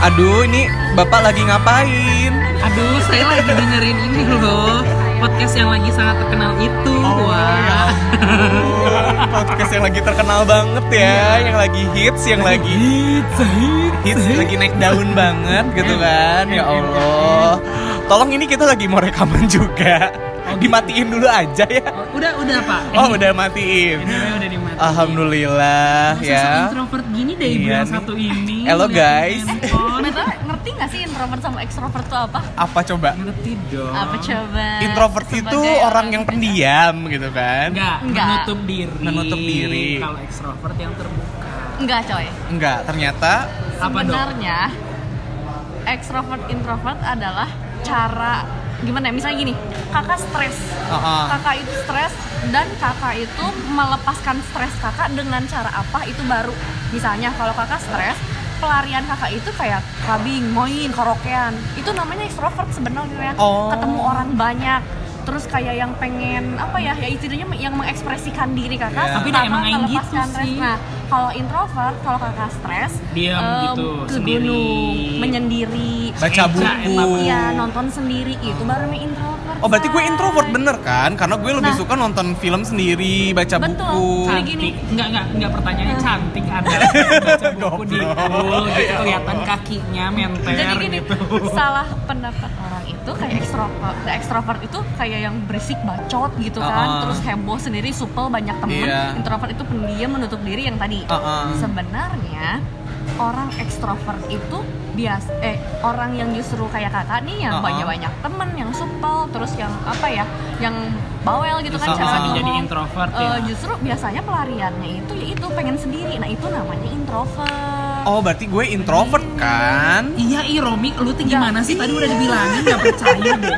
Aduh, ini Bapak lagi ngapain? Aduh, saya lagi dengerin ini loh, podcast yang lagi sangat terkenal itu. Wah. Podcast yang lagi terkenal banget ya, yang lagi hits, yang lagi hits, lagi naik daun banget gitu kan. Ya Allah. Tolong ini kita lagi mau rekaman juga. Dimatiin dulu aja ya. Udah Pak. Oh, udah matiin. Udah dimatiin. Alhamdulillah. Masa ya. introvert gini deh ibu yang satu ini. Halo guys. Ngerti nggak sih introvert sama extrovert itu apa? Apa coba? Ngerti dong. Apa coba? Introvert itu orang yang pendiam gitu kan? Enggak. Menutup diri. Kalau extrovert yang terbuka. Enggak coy. Enggak, ternyata sebenarnya extrovert introvert adalah cara gimana ya, misalnya gini, kakak stres, kakak itu stres dan kakak itu melepaskan stres kakak dengan cara apa itu baru. Misalnya kalau kakak stres, pelarian kakak itu kayak clubbing, main, karaokean, itu namanya extrovert sebenarnya. Ketemu orang banyak, terus kayak yang pengen apa ya istilahnya yang mengekspresikan diri kakak, tapi emang gitu sih. Nah, kalau introvert, kalau kakak stres, diam gitu, ke sendiri, gunung, menyendiri, baca buku, ya nonton sendiri, itu baru namanya introvert. Oh, berarti gue introvert bener kan? Karena gue lebih suka nonton film sendiri, baca buku. Cantik. Enggak pertanyaannya cantik ada baca buku di pool gitu, kelihatan kakinya menter. Jadi gini, gitu. salah pendapat orang itu kayak extrovert. Nah, extrovert itu kayak yang berisik, bacot gitu kan, terus heboh sendiri, supel, banyak temen. Introvert itu pendiam, menutup diri yang tadi. Sebenarnya orang ekstrovert itu orang yang justru kayak kakak nih yang banyak temen, yang supel, terus yang apa ya, yang bawel gitu kan cara ngomong. Jadi introvert justru biasanya pelariannya itu yaitu pengen sendiri. Nah, itu namanya introvert. Oh, berarti gue introvert kan? Iya, Romi, lu tuh gimana sih? Tadi udah dibilangin gak percaya deh.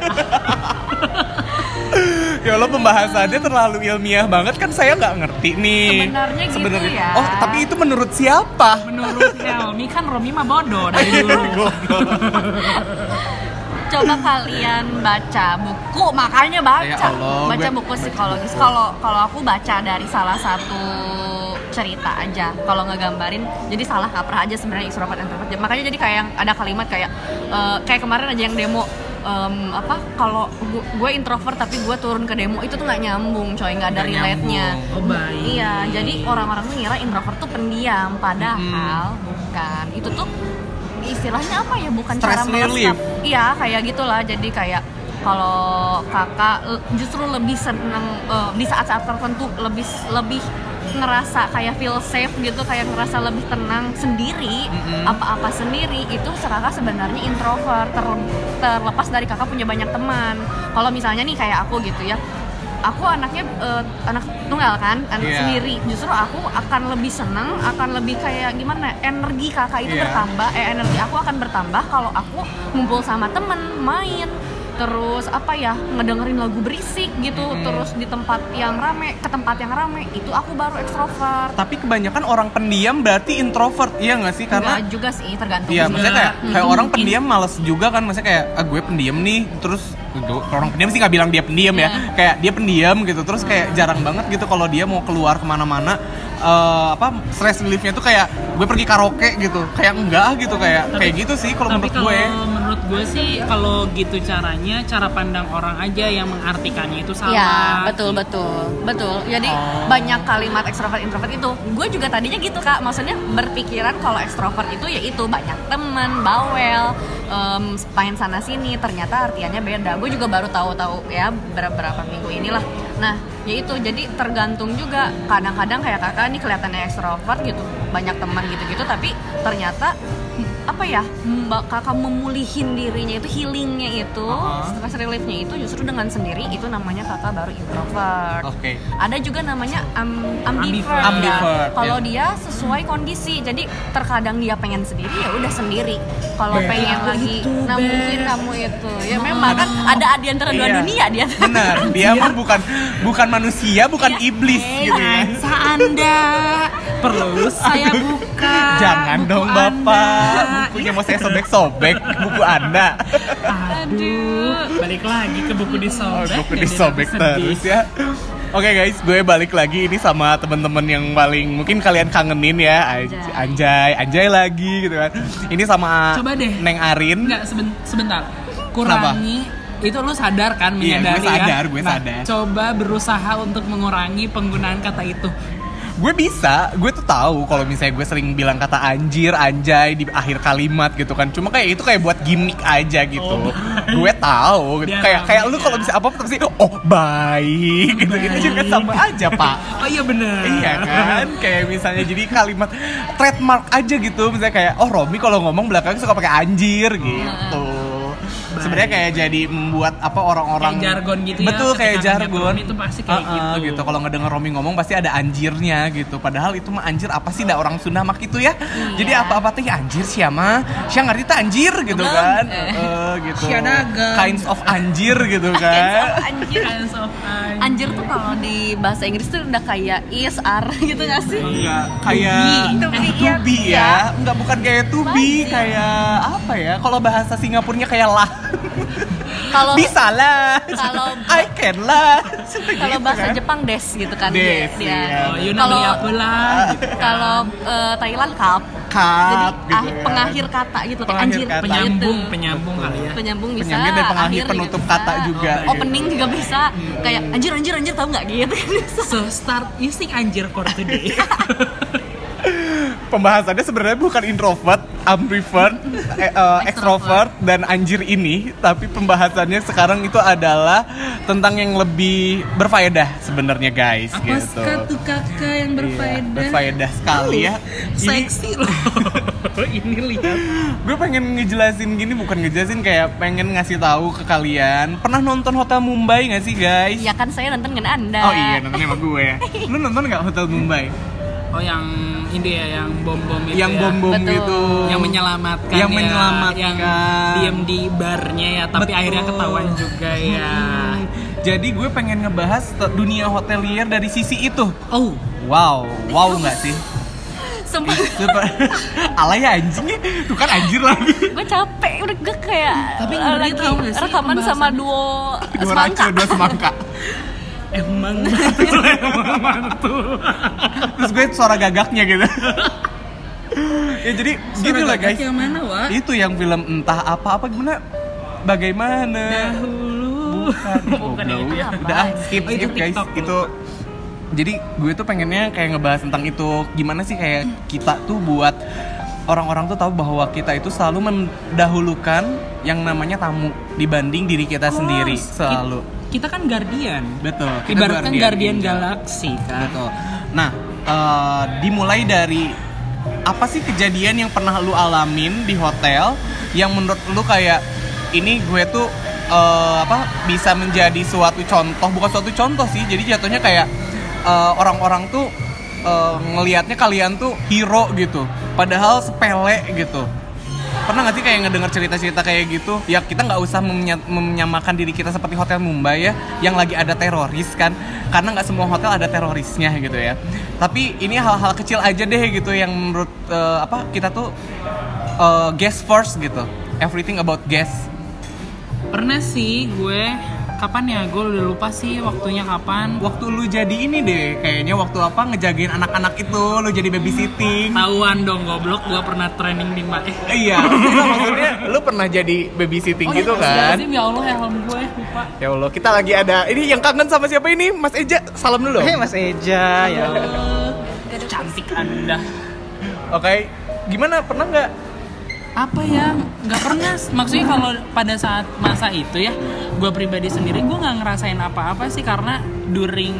Ya Allah, pembahasannya terlalu ilmiah banget kan, saya nggak ngerti nih. Sebenarnya gitu ya. Oh, tapi itu menurut siapa? Menurut Romi kan, Romi mah bodoh dari dulu. Coba kalian baca buku, makanya baca. Ya Allah, baca buku psikologis. Kalau aku baca dari salah satu cerita aja, kalau ngegambarin, jadi salah kaprah aja sebenarnya extrovert introvert. Makanya jadi kayak yang ada kalimat kayak kemarin aja yang demo. Kalau gue introvert tapi gue turun ke demo, itu tuh nggak nyambung coy, nggak ada relate-nya. Oh, baik. Iya, jadi orang-orang tuh ngira introvert tuh pendiam, padahal bukan. Itu tuh istilahnya apa ya, bukan stress cara relief. Iya, kayak gitulah. Jadi kayak kalau kakak justru lebih seneng di saat-saat tertentu lebih ngerasa kayak feel safe gitu, kayak ngerasa lebih tenang sendiri, apa-apa sendiri, itu kakak sebenarnya introvert, terlepas dari kakak punya banyak teman. Kalau misalnya nih kayak aku gitu ya, aku anaknya anak tunggal kan, anak sendiri, justru aku akan lebih senang, akan lebih kayak gimana, energi kakak itu bertambah, energi aku akan bertambah kalau aku ngumpul sama temen, main, terus apa ya, ngedengerin lagu berisik gitu, terus di tempat yang rame, ke tempat yang rame, itu aku baru ekstrovert. Tapi kebanyakan orang pendiam berarti introvert, iya nggak sih? Karena enggak juga sih, tergantung. Iya, maksudnya kayak orang pendiam males juga kan, maksudnya kayak gue pendiam nih, terus orang pendiam sih nggak bilang dia pendiam ya, kayak dia pendiam gitu, terus kayak jarang banget gitu kalau dia mau keluar kemana-mana. Stress reliefnya tuh kayak gue pergi karaoke gitu, kayak enggak gitu, kayak gitu sih kalau menurut gue. Menurut gue sih kalau gitu caranya, cara pandang orang aja yang mengartikannya itu salah. Iya, betul. Jadi banyak kalimat ekstrovert introvert itu. Gue juga tadinya gitu Kak, maksudnya berpikiran kalau ekstrovert itu yaitu banyak teman, bawel, main sana sini. Ternyata artiannya beda. Gue juga baru tahu ya beberapa minggu inilah. Nah, yaitu jadi tergantung juga. Kadang-kadang kayak kakak nih kelihatannya ekstrovert gitu, banyak teman gitu-gitu, tapi ternyata apa ya, kakak memulihin dirinya itu, healingnya itu, stress reliefnya itu justru dengan sendiri, itu namanya kakak baru introvert. Ada juga namanya ambivert. Kalau dia sesuai kondisi, jadi terkadang dia pengen sendiri, ya udah sendiri. Kalau pengen lagi, nah mungkin kamu itu, ya memang kan ada di antara dua dunia dia. Benar, dia mah bukan manusia, bukan iblis gitu ya. Anda perlu saya buka. Jangan dong Bapak. Bukunya mau saya sobek-sobek, buku Anda. Aduh, balik lagi ke buku disobek. Buku disobek terus ya. Oke guys, gue balik lagi ini sama teman-teman yang paling mungkin kalian kangenin ya, Anjay lagi gitu kan. Ini sama Coba deh. Neng Arin. Enggak, sebentar. Kurangi. Itu lu sadar kan, Iya, menyadari gue sadar. Coba berusaha untuk mengurangi penggunaan kata itu. Gue tuh tahu kalau misalnya gue sering bilang kata anjir, anjay di akhir kalimat gitu kan. Cuma kayak itu kayak buat gimmick aja gitu. Gue tahu gitu. Kayak lu kalau bisa apa-apa pasti baik gitu. Itu juga sama aja, Pak. Oh iya bener. Iya kan? Kayak misalnya jadi kalimat trademark aja gitu. Misalnya kayak Romi kalau ngomong belakangnya suka pakai anjir gitu. Sebenarnya kayak jadi membuat orang-orang kayak jargon gitu ya. Betul, kayak jargon. Itu pasti kayak gitu. Kalau ngedenger Romi ngomong pasti ada anjirnya gitu. Padahal itu mah anjir apa sih, dah orang Sunda mak itu ya. Jadi apa-apa teh anjir siapa? Siapa ngerti tuh anjir gitu kan. Gitu. Kinds of anjir gitu kan. Kinds of anjir. Anjir tuh kalau di bahasa Inggris tuh udah kayak is, are gitu gak sih? Enggak, kayak to be ya. Enggak, bukan kayak to be, kayak apa ya? Kalau bahasa Singapurnya kayak lah. Kalau bisa lah, kalau I can lah. Kalau bahasa Jepang des gitu kan des, dia. Iya. Yuna beli apa lah. Kalau Thailand cup. Jadi gitu ya. Pengakhir kata gitu kayak anjir. Kata. Penyambung kali ya. Penyambung bisa. Penyambung dan pengakhir penutup juga kata juga. Opening juga bisa. Kayak anjir tahu nggak gitu. So start using anjir for today. Pembahasannya sebenarnya bukan introvert, ambivert, extrovert dan anjir ini, tapi pembahasannya sekarang itu adalah tentang yang lebih berfaedah sebenarnya guys. Apa gitu. tuh kakak yang berfaedah? Iya, berfaedah sekali ya. Seksi loh. Ini lihat. Gue pengen ngejelasin kayak pengen ngasih tahu ke kalian. Pernah nonton Hotel Mumbai nggak sih guys? Ya kan saya nonton dengan Anda. Oh iya, nonton sama gue ya. Lu nonton nggak Hotel Mumbai? Oh yang ini ya, yang bom-bom itu yang ya. bom-bom gitu. Yang menyelamatkan yang menyelamatkan. Yang diem di barnya ya, tapi Betul. akhirnya ketahuan juga ya. Jadi gue pengen ngebahas dunia hotelier dari sisi itu. Oh, wow nggak sih? Sumpah. Alay anjing, tuh kan anjir lagi. Gue capek, udah gue kayak Tapi ngeri lagi tau gak sih rekaman sama pembahasan? dua semangka. Emang mantul. Terus gue suara gagaknya gitu. Ya jadi gitu lah guys. Yang mana, Wak? Itu yang film entah apa gimana, bagaimana. Dahulu. Bukan yang itu ya. Udah skip Oh, itu guys. TikTok. Itu jadi gue tuh pengennya kayak ngebahas tentang itu. Gimana sih kayak kita tuh buat orang-orang tuh tahu bahwa kita itu selalu mendahulukan yang namanya tamu dibanding diri kita sendiri selalu. Kita kan guardian. Betul. Ibaratkan guardian galaksi kan. Betul. Nah, dimulai dari apa sih kejadian yang pernah lu alamin di hotel yang menurut lu kayak ini gue tuh bisa menjadi suatu contoh, bukan suatu contoh sih. Jadi jatuhnya kayak orang-orang tuh ngelihatnya kalian tuh hero gitu. Padahal sepele gitu. Pernah gak sih kayak ngedenger cerita-cerita kayak gitu? Ya kita gak usah menyamakan diri kita seperti Hotel Mumbai ya, yang lagi ada teroris kan. Karena gak semua hotel ada terorisnya gitu ya. Tapi ini hal-hal kecil aja deh gitu yang menurut kita tuh guest first gitu. Everything about guest. Pernah sih gue, kapan ya? Gue udah lupa sih waktunya kapan. Waktu lu jadi ini deh, kayaknya waktu ngejagain anak-anak itu, lu jadi babysitting. Tahuan dong goblok, gue pernah training di Iya, maksudnya lu pernah jadi babysitting gitu kan? Ya Allah, helm gue lupa. Ya Allah, kita lagi ada ini yang kangen sama siapa ini? Mas Eja, salam dulu. Mas Eja, ya. Cantik Anda. Oke, gimana? Pernah nggak? Apa ya? Nggak pernah. Maksudnya kalau pada saat masa itu ya, gue pribadi sendiri gue nggak ngerasain apa-apa sih karena during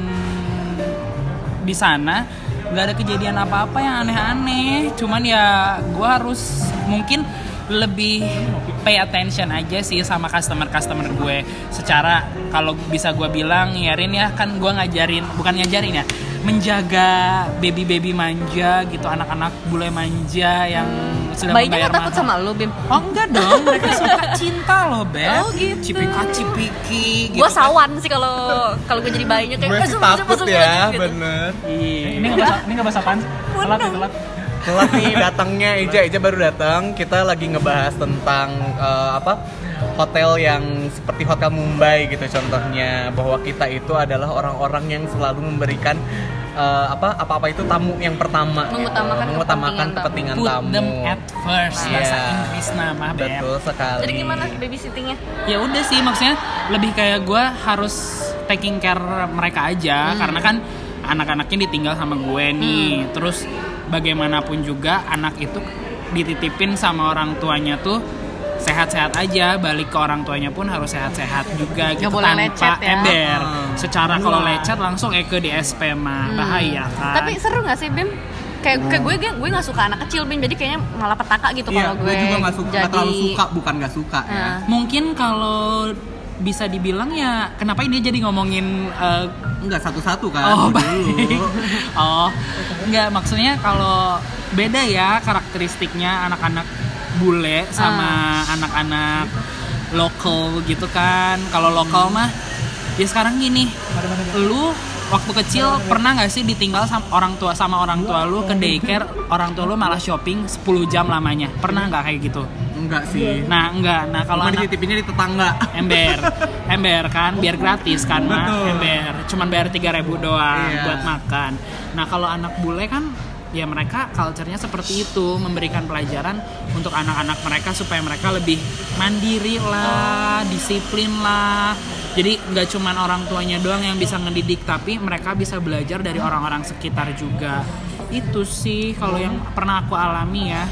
di sana nggak ada kejadian apa-apa yang aneh-aneh. Cuman ya gue harus mungkin lebih pay attention aja sih sama customer gue. Secara kalau bisa gue bilang ya Rin ya, kan gue bukan ngajarin ya, menjaga baby manja gitu, anak-anak bule manja yang sudah bayinya membayar gak takut mahal. sama lu, Bim? Oh enggak dong, mereka suka cinta loh, Beb. Oh gitu. Cipika-cipiki gitu. Gue sawan sih kalau gue jadi bayinya kayak Gue sih takut ya, bener. Ini nggak bahas apaan? Telat. Telat nih datangnya Eja baru datang. Kita lagi ngebahas tentang hotel yang seperti Hotel Mumbai gitu contohnya, bahwa kita itu adalah orang-orang yang selalu memberikan apa-apa itu tamu yang pertama, mengutamakan kepentingan Put tamu. them at first, bahasa Iya. Inggris nama Beb. Betul sekali. Jadi gimana babysittingnya? Ya udah sih, maksudnya lebih kayak gue harus taking care mereka aja, karena kan anak-anaknya ditinggal sama gue nih. Terus bagaimanapun juga anak itu dititipin sama orang tuanya tuh sehat-sehat aja, balik ke orang tuanya pun harus sehat-sehat juga gitu, boleh tanpa lecet ya. ember. Secara kalau lecet langsung ke di SP mah bahaya kan. Tapi seru nggak sih Bim? Kayak gue nggak suka anak kecil Bim, jadi kayaknya malah petaka gitu Iya, kalau gue. gue juga nggak terlalu suka, bukan nggak suka ya. Nah. Mungkin kalau bisa dibilang ya, kenapa ini jadi ngomongin Enggak satu-satu kan. oh dulu. baik. Oh enggak, maksudnya kalau beda ya karakteristiknya anak-anak bule sama anak-anak lokal gitu kan. Kalau lokal mah ya sekarang gini, lu waktu kecil pernah nggak sih ditinggal sama orang tua lu ke daycare, orang tua lu malah shopping 10 jam lamanya, pernah nggak kayak gitu? Enggak sih. Nah enggak, nah kalau Cuma anak dititipinnya di tetangga. ember kan biar gratis kan mah. Betul. Ember cuman bayar 3.000 doang Iya. buat makan. Nah kalau anak bule kan ya mereka culture-nya seperti itu, memberikan pelajaran untuk anak-anak mereka supaya mereka lebih mandiri lah, disiplin lah. Jadi nggak cuman orang tuanya doang yang bisa ngedidik, tapi mereka bisa belajar dari orang-orang sekitar juga. Itu sih kalau yang pernah aku alami ya.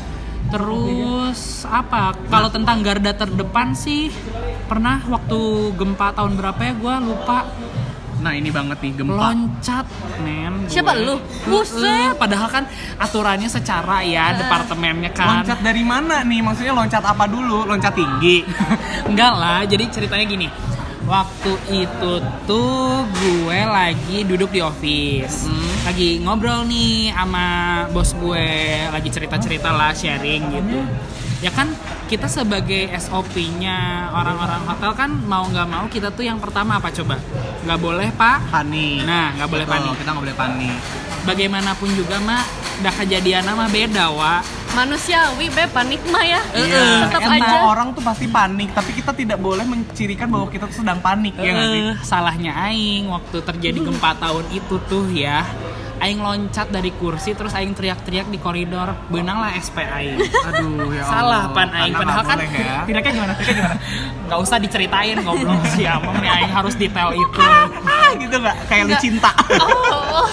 Terus apa? Kalau tentang garda terdepan sih pernah waktu gempa tahun berapa ya, gue lupa. Nah ini banget nih gempa. Loncat men. Siapa lu? Buset. Padahal kan aturannya secara ya departemennya kan. Loncat dari mana nih? Maksudnya loncat apa dulu? Loncat tinggi? Enggak lah, jadi ceritanya gini. Waktu itu tuh gue lagi duduk di office, lagi ngobrol nih sama bos gue, lagi cerita-cerita lah, sharing gitu. Ya kan kita sebagai SOP-nya orang-orang hotel kan mau nggak mau kita tuh yang pertama apa coba? Nggak boleh pak. Panik. Nah nggak boleh Betul, panik. kita nggak boleh panik. Bagaimanapun juga mah, udah kejadian mah beda wa. Manusiawi Beb, panik mah ya. Iya, Tetap emang aja. orang tuh pasti panik, tapi kita tidak boleh mencirikan bahwa kita tuh sedang panik, ya nggak sih? Salahnya aing waktu terjadi gempa tahun itu tuh ya, aing loncat dari kursi terus aing teriak-teriak di koridor, benang lah SP aing. Aduh, ya Allah. Salah pan aing, Karena padahal nggak kan boleh ya. teriaknya gimana? Nggak usah diceritain ngobrol siapa nih, aing harus detail itu. Gitu nggak? Kayak lu cinta. Oh.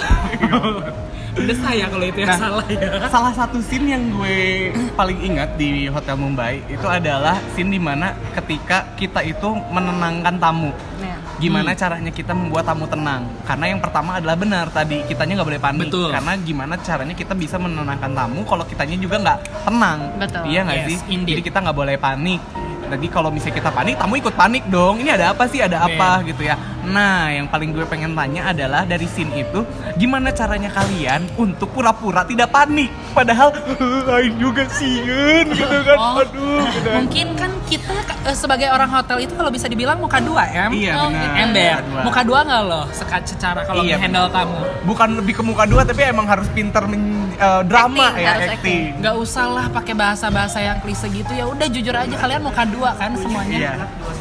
Udah saya kalau itu yang Nah, salah ya. Salah satu scene yang gue paling ingat di Hotel Mumbai itu adalah scene dimana ketika kita itu menenangkan tamu. Nah. Gimana caranya kita membuat tamu tenang? Karena yang pertama adalah benar tadi, kitanya nggak boleh panik. Betul. Karena gimana caranya kita bisa menenangkan tamu kalau kitanya juga nggak tenang. Betul. Iya nggak Yes, sih? indeed. Jadi kita nggak boleh panik. Jadi kalau misalnya kita panik, tamu ikut panik dong. Ini ada apa sih? Ada apa gitu ya? Nah, yang paling gue pengen tanya adalah dari scene itu, gimana caranya kalian untuk pura-pura tidak panik? Padahal, lain juga sieun gitu kan. Oh, Aduh, gitu kan. mungkin kan kita sebagai orang hotel itu kalau bisa dibilang muka dua ya. Iya Oh, benar. Ember, Muka dua. muka dua nggak loh secara kalau Iya, handle tamu. Bukan lebih ke muka dua, tapi emang harus pinter drama Acting, ya, harus acting. Nggak usah lah pakai bahasa-bahasa yang klise gitu, ya udah jujur aja kalian muka dua kan semuanya. Iya.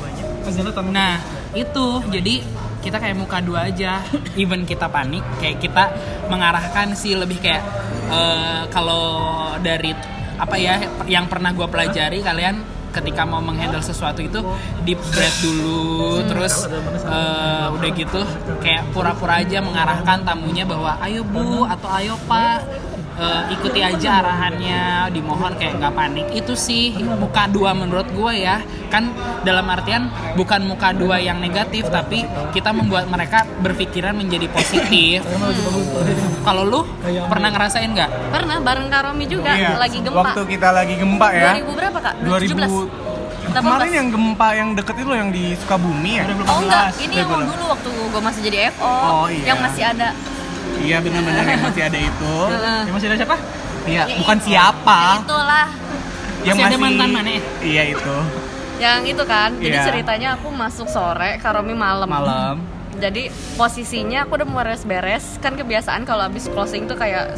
Nah itu jadi kita kayak muka dua aja, even kita panik kayak kita mengarahkan sih lebih kayak kalau dari apa ya yang pernah gue pelajari, kalian ketika mau menghandle sesuatu itu deep breath dulu, terus udah gitu kayak pura-pura aja mengarahkan tamunya bahwa ayo bu atau ayo pak, ikuti aja arahannya, dimohon kayak nggak panik. Itu sih muka dua menurut gue ya, kan dalam artian bukan muka dua yang negatif, tapi kita membuat mereka berpikiran menjadi positif. Kalau lu pernah ngerasain nggak? Pernah bareng Kak Romi juga Iya. lagi gempa. Waktu kita lagi gempa ya. 2000 berapa Kak? 2000. 17? Kemarin yang gempa yang deket itu loh, yang di Sukabumi ya. Oh enggak, ini yang dulu waktu gue masih jadi FO. Oh, iya. Yang masih ada. Iya benar-benar yang masih ada itu. Yang masih ada siapa? Iya, Ya, bukan itu. siapa. Ya, itulah. Yang Masih ada mantan mana ya? Iya itu. Yang itu kan. Jadi Iya. ceritanya aku masuk sore, Kak Romi malam. Malam. Jadi posisinya aku udah mau beres-beres. Kan kebiasaan kalau habis closing tuh kayak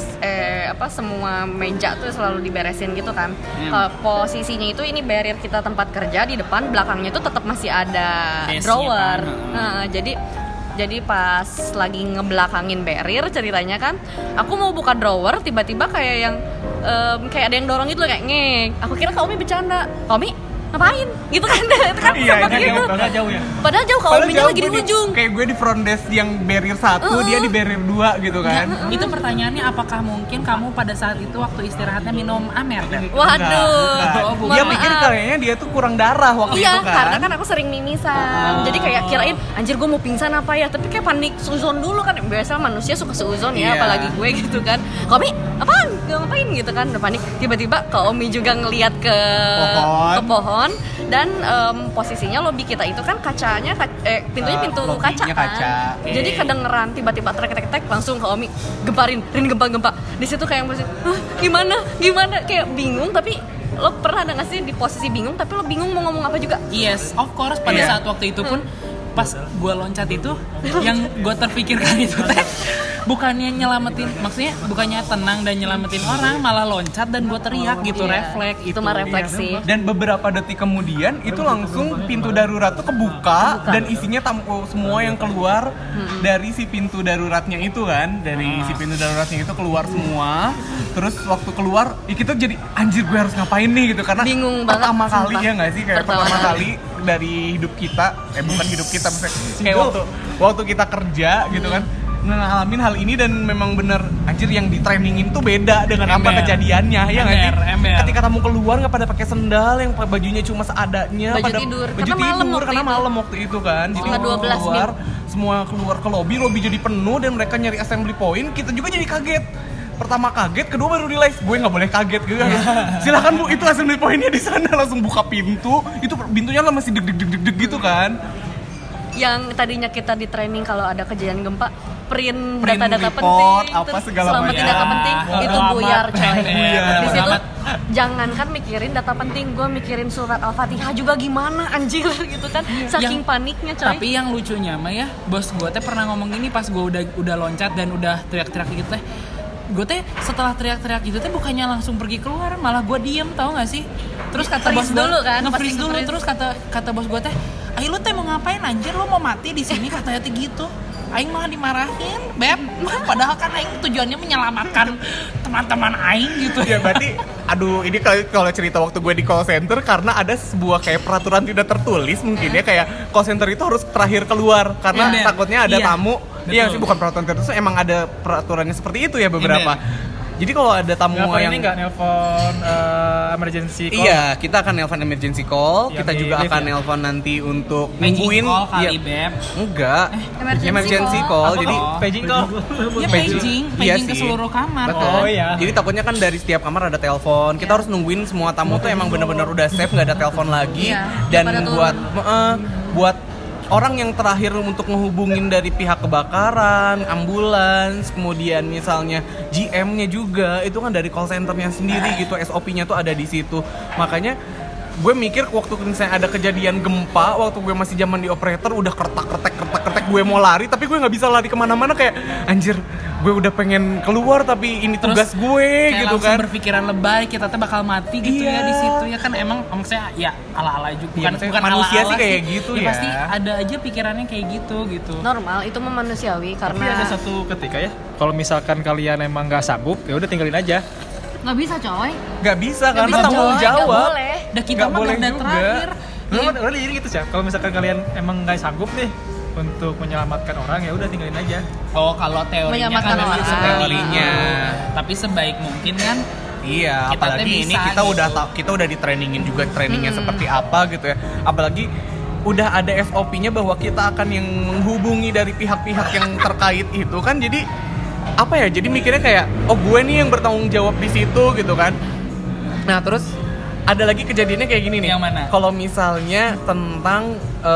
semua meja tuh selalu diberesin gitu kan. Posisinya itu ini barrier kita tempat kerja di depan, belakangnya tuh tetap masih ada Base-nya drawer. kan. Jadi pas lagi ngebelakangin barrier ceritanya kan, aku mau buka drawer tiba-tiba kayak yang kayak ada yang dorong gitu loh, kayak ngek. Aku kira Kak Omi bercanda. Kak Omi ngapain? Gitu kan. Itu kan Iya, sempat ini gitu. jauh ya. Padahal jauh, Kak Padahal Ominya jauh, lagi di gue ujung. Kayak gue di front desk yang barrier 1, dia di barrier 2 gitu kan. Itu pertanyaannya, apakah mungkin kamu pada saat itu waktu istirahatnya minum Amer? Waduh. Enggak. Dia pikir kayaknya dia tuh kurang darah waktu Iya, itu kan. karena kan aku sering mimisan. Jadi kayak kirain anjir gue mau pingsan apa ya, tapi kayak panik seuzon dulu kan. Biasa manusia suka seuzon ya, Iya. apalagi gue gitu kan. Kak Omi, apaan? Gak ngapain gitu kan, udah panik. Tiba-tiba Kak Omi juga ngelihat ke pohon dan posisinya lobi kita itu kan kacanya pintunya pintu kaca lobinya kan. kaca. Jadi kedengeran tiba-tiba tek langsung Kak Omi gemparin, Rin gempa-gempa. Di situ kayak masih gimana kayak bingung, tapi lo pernah ada nggak sih di posisi bingung tapi lo bingung mau ngomong apa juga? Yes, of course. Pada Iya. saat waktu itu pun pas gue loncat itu, yang gue terpikirkan itu teh bukannya nyelamatin, maksudnya bukannya tenang dan nyelamatin orang, malah loncat dan gue teriak gitu, Iya, refleks itu mah refleks sih. Dan beberapa detik kemudian itu langsung pintu darurat tuh kebuka dan isinya tamu semua yang keluar dari si pintu daruratnya itu kan, dari si pintu daruratnya itu keluar semua. Terus waktu keluar, ya kita jadi anjir gue harus ngapain nih gitu, karena Bingung banget, pertama kali sumpah. ya nggak sih, kayak pertama kali dari hidup kita, bukan hidup kita, maksudnya kayak waktu kita kerja gitu kan, ngalamin hal ini. Dan memang bener anjir yang di trainingin tuh beda dengan apa Ember. kejadiannya, ya nggak sih? Ember. Ketika tamu keluar nggak pada pakai sendal, yang bajunya cuma seadanya, Baju pada tidur. baju Karena malam tidur waktu karena itu. malam waktu itu kan. Jadi Setengah 12 keluar, semua keluar ke lobby jadi penuh dan mereka nyari assembly point. Kita juga jadi kaget. Pertama kaget, kedua baru realize gue nggak boleh kaget gitu. Silakan Bu, itu assembly pointnya di sana. Langsung buka pintu, itu pintunya lah masih deg gitu kan. Yang tadinya kita di training kalau ada kejadian gempa print Print data-data report, penting, apa terus segala selamatin macam. data penting, Bodo itu amat. buyar coy. Buyar. Di situ Bodo amat. jangankan mikirin data penting, gue mikirin surat Al-Fatihah juga gimana anjir gitu kan, saking Yang- paniknya coy. Tapi yang lucunya mah ya, bos gue teh pernah ngomong gini pas gue udah loncat dan udah teriak-teriak gitu teh. Gue teh setelah teriak-teriak gitu teh bukannya langsung pergi keluar, malah gue diem, tau gak sih? Terus kata bos Freeze gue dulu kan, nge-freeze pasti dulu. nge-freeze. Terus kata bos gue teh, "Ayo lu teh mau ngapain anjir, lu mau mati di sini?" Katanya teh gitu. Aing malah dimarahin, Beb. Padahal kan Aing tujuannya menyelamatkan teman-teman Aing gitu. Ya berarti, aduh ini kalau cerita waktu gue di call center, karena ada sebuah kayak peraturan tidak tertulis mungkin ya, kayak call center itu harus terakhir keluar karena Ember. takutnya ada Iya, tamu. betul. Iya sih, bukan peraturan tertulis, emang ada peraturannya seperti itu ya beberapa. Jadi kalau ada tamu Nelfon yang ini nggak nelfon emergency call? Iya, kita akan nelpon emergency call. Yang Kita di juga lift akan ya? nelpon nanti untuk Paging nungguin. call kali, Iya. Beb. Enggak. Emergency call. Apa Jadi kok paging call? Ya Paging. paging Iya ke sih. seluruh kamar. Betul. kan? Oh, iya. Jadi takutnya kan dari setiap kamar ada telepon. Kita harus nungguin semua tamu tuh emang bener-bener udah safe, nggak ada telepon lagi. Iya, Dan pada turun. buat orang yang terakhir untuk ngehubungin dari pihak kebakaran, ambulans, kemudian misalnya GM-nya juga, itu kan dari call center-nya sendiri gitu, SOP-nya tuh ada di situ. Makanya gue mikir waktu misalnya ada kejadian gempa, waktu gue masih zaman di operator, udah kertek gue mau lari, tapi gue nggak bisa lari kemana-mana, kayak anjir, gue udah pengen keluar tapi ini Terus tugas gue kayak gitu langsung kan. berpikiran lebay, kita tuh bakal mati gitu Iya. ya di situ ya kan. Emang maksudnya ya ala-ala juga, Iya, maksudnya manusia ala-ala sih kayak gitu ya. Pasti ada aja pikirannya kayak gitu. Normal, itu mah manusiawi Tapi karena ada satu ketika ya, kalau misalkan kalian emang nggak sanggup, ya udah tinggalin aja. nggak bisa coy. Nggak bisa karena bisa, tanggung coy, nggak jawab. boleh. Udah kita Nggak mah boleh garda juga. terakhir. Lo jadi gitu sih. Kalau misalkan kalian emang nggak sanggup nih untuk menyelamatkan orang, ya udah tinggalin aja. Oh, kalau teorinya Menyelamatkan kan orang. seperti Teorinya. itu. Tapi sebaik mungkin kan. Iya, Kita apalagi teh ini bisa kita gitu. kita udah di trainingin juga, trainingnya seperti apa gitu ya. Apalagi udah ada SOP-nya bahwa kita akan yang menghubungi dari pihak-pihak yang terkait itu kan. Jadi apa ya? Jadi mikirnya kayak, oh gue nih yang bertanggung jawab di situ gitu kan. Nah, terus ada lagi kejadiannya kayak gini nih. Yang mana? Kalau misalnya tentang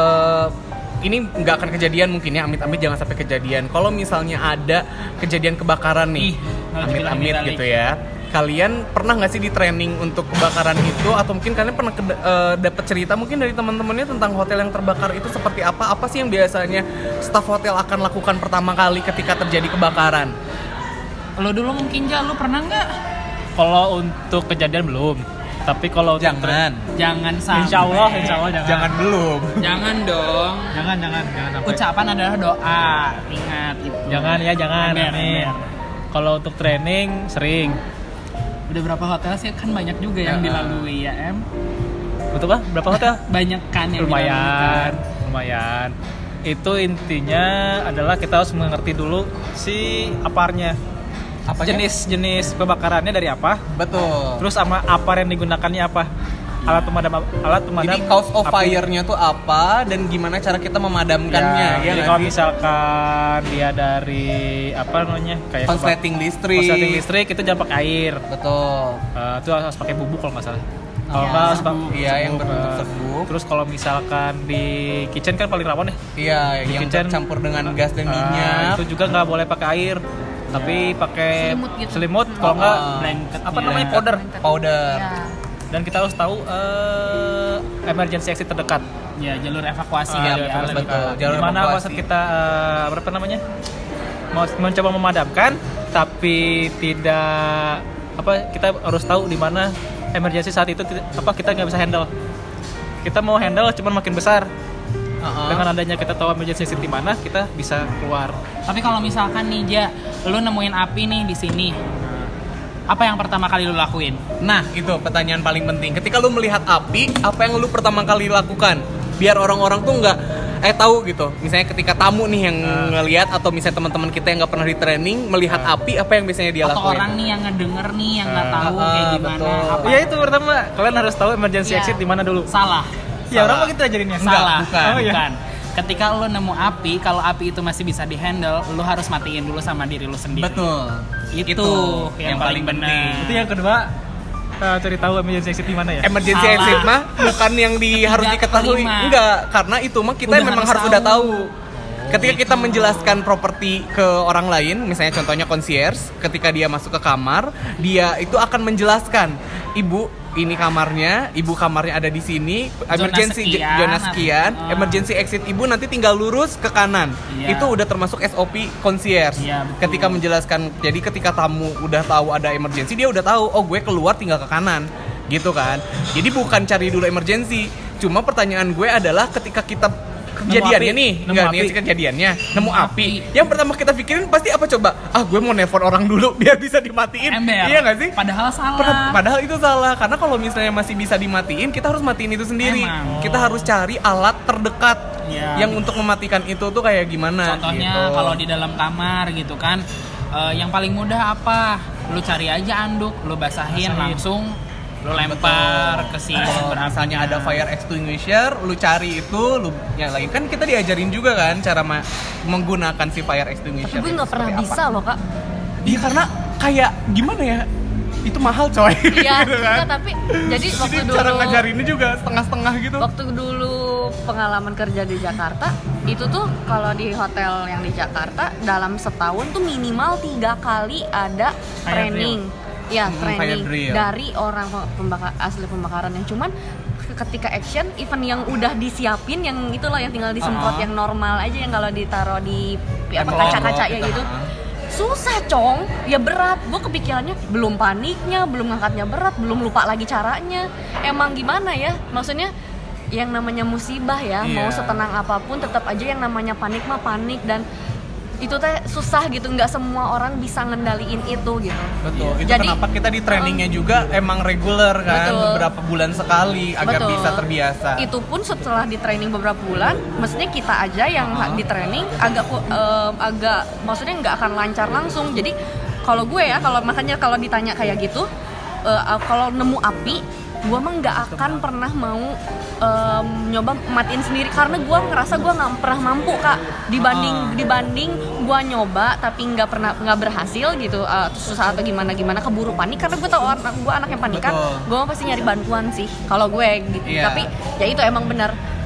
ini nggak akan kejadian mungkin ya, amit-amit jangan sampai kejadian. Kalau misalnya ada kejadian kebakaran nih, Ih, amit-amit nauzubillah gitu ya. kalian pernah nggak sih di training untuk kebakaran itu, atau mungkin kalian pernah dapat cerita mungkin dari teman-temannya tentang hotel yang terbakar itu seperti apa? Apa sih yang biasanya staf hotel akan lakukan pertama kali ketika terjadi kebakaran? Lo dulu mungkin lu pernah nggak? Kalau untuk kejadian belum, tapi kalau untuk Jangan sampai. Insya Allah Jangan belum. Jangan dong. jangan sampai. Ucapan adalah doa. Ingat itu. Jangan. Ember. Amin. Kalau untuk training sering. Udah berapa hotel sih, kan banyak juga yang dilalui ya Betul kah? Berapa hotel? Banyak kan yang lumayan. Itu intinya adalah kita harus mengerti dulu si aparnya. Jenis kebakarannya dari apa? Betul. Terus sama apar yang digunakannya apa? Alat pemadam. Jadi cause of fire-nya tuh apa dan gimana cara kita memadamkannya? Jadi kalau misalkan dia dari kayak konsleting listrik itu jangan pakai air. Betul. Itu harus pakai bubuk kalau nggak salah. Kalau nggak harus yang berbentuk serbuk. Terus kalau misalkan di kitchen kan paling rawan ya. Iya, yang kitchen, tercampur dengan gas dan minyak. Itu juga nggak boleh pakai air. Tapi pakai selimut, gitu. kalau nggak blanket. Powder. Ya. Dan kita harus tahu emergency exit terdekat. Ya, jalur evakuasi betul. Di mana pas kita mau mencoba memadamkan, tapi tidak kita harus tahu di mana emergency saat itu kita nggak bisa handle. Kita mau handle cuman makin besar. Dengan adanya kita tahu emergency exit di mana, kita bisa keluar. Tapi kalau misalkan nih lu nemuin api nih di sini, apa yang pertama kali lu lakuin? Nah, itu pertanyaan paling penting. Ketika lu melihat api, apa yang lu pertama kali lakukan? Biar orang-orang tuh nggak tahu gitu. Misalnya ketika tamu nih yang ngelihat, atau misalnya teman-teman kita yang nggak pernah di training melihat api, apa yang biasanya dia lakuin? Atau orang nih yang ngedenger nih yang nggak tahu kayak gimana? Iya, itu pertama kalian harus tahu emergency exit di mana dulu. Salah. Ya orang mah kita ajarinnya. Salah. Bukan. Ketika lu nemu api, kalau api itu masih bisa dihandle, lu harus matiin dulu sama diri lu sendiri. Betul. Itu yang paling benar. Itu yang kedua, cari tahu emergency exit di mana ya? Emergency exit mah bukan yang harus diketahui. Enggak, karena itu mah kita memang harus udah tahu. Ketika kita menjelaskan properti ke orang lain, misalnya contohnya concierge, ketika dia masuk ke kamar, dia itu akan menjelaskan, "Ibu, ini kamarnya, ibu kamarnya ada di sini, emergency zona sekian, emergency exit ibu nanti tinggal lurus ke kanan." Itu udah termasuk SOP concierge. Ketika menjelaskan, jadi ketika tamu udah tahu ada emergency, dia udah tahu, oh gue keluar tinggal ke kanan, gitu kan. Jadi bukan cari dulu emergency. Cuma pertanyaan gue adalah ketika kita kejadiannya nemu api. Yang pertama kita pikirin pasti apa coba? Gue mau nelpon orang dulu biar bisa dimatiin. Iya nggak sih? Padahal salah. Padahal itu salah. Karena kalau misalnya masih bisa dimatiin, kita harus matiin itu sendiri. Kita harus cari alat terdekat yang untuk mematikan itu tuh kayak gimana. Contohnya gitu. kalau di dalam kamar gitu kan, yang paling mudah apa? Lu cari aja anduk, lu basahin. Langsung lu lempar ke si misalnya ada fire extinguisher, lu cari itu, lu nyalain. Kan kita diajarin juga kan cara menggunakan si fire extinguisher. Tapi gue nggak pernah bisa loh, Kak. Iya, karena kayak gimana ya, itu mahal coy. Iya, gitu kan? tapi jadi waktu dulu cara ngajarinnya juga setengah-setengah gitu. Waktu dulu pengalaman kerja di Jakarta, itu tuh kalau di hotel yang di Jakarta dalam setahun tuh minimal 3 kali ada training. Ya, training dari orang asli pembakaran yang cuman ketika action, event yang udah disiapin, yang itu loh yang tinggal disemprot, yang normal aja, yang kalau ditaruh di kaca-kaca ya gitu. Susah cong, ya berat. Gue kepikirannya belum paniknya, belum ngangkatnya berat, belum lupa lagi caranya. Emang gimana ya, maksudnya yang namanya musibah ya, mau setenang apapun tetap aja yang namanya panik mah panik, dan itu teh susah gitu, nggak semua orang bisa ngendaliin itu gitu. Betul. Itu jadi, kenapa kita di trainingnya juga emang reguler kan, beberapa bulan sekali agar bisa terbiasa. Itu pun setelah di training beberapa bulan, mestinya kita aja yang di training agak maksudnya nggak akan lancar langsung. Jadi kalau gue ya, makanya kalau ditanya kayak gitu, kalau nemu api, gue mah nggak akan pernah mau nyoba matiin sendiri, karena gue ngerasa gue nggak pernah mampu, Kak. Dibanding gue nyoba tapi nggak berhasil gitu, susah atau gimana keburu panik, karena gue tau gue anak yang panikan. Gue pasti nyari bantuan sih kalau gue gitu. Tapi ya itu emang benar,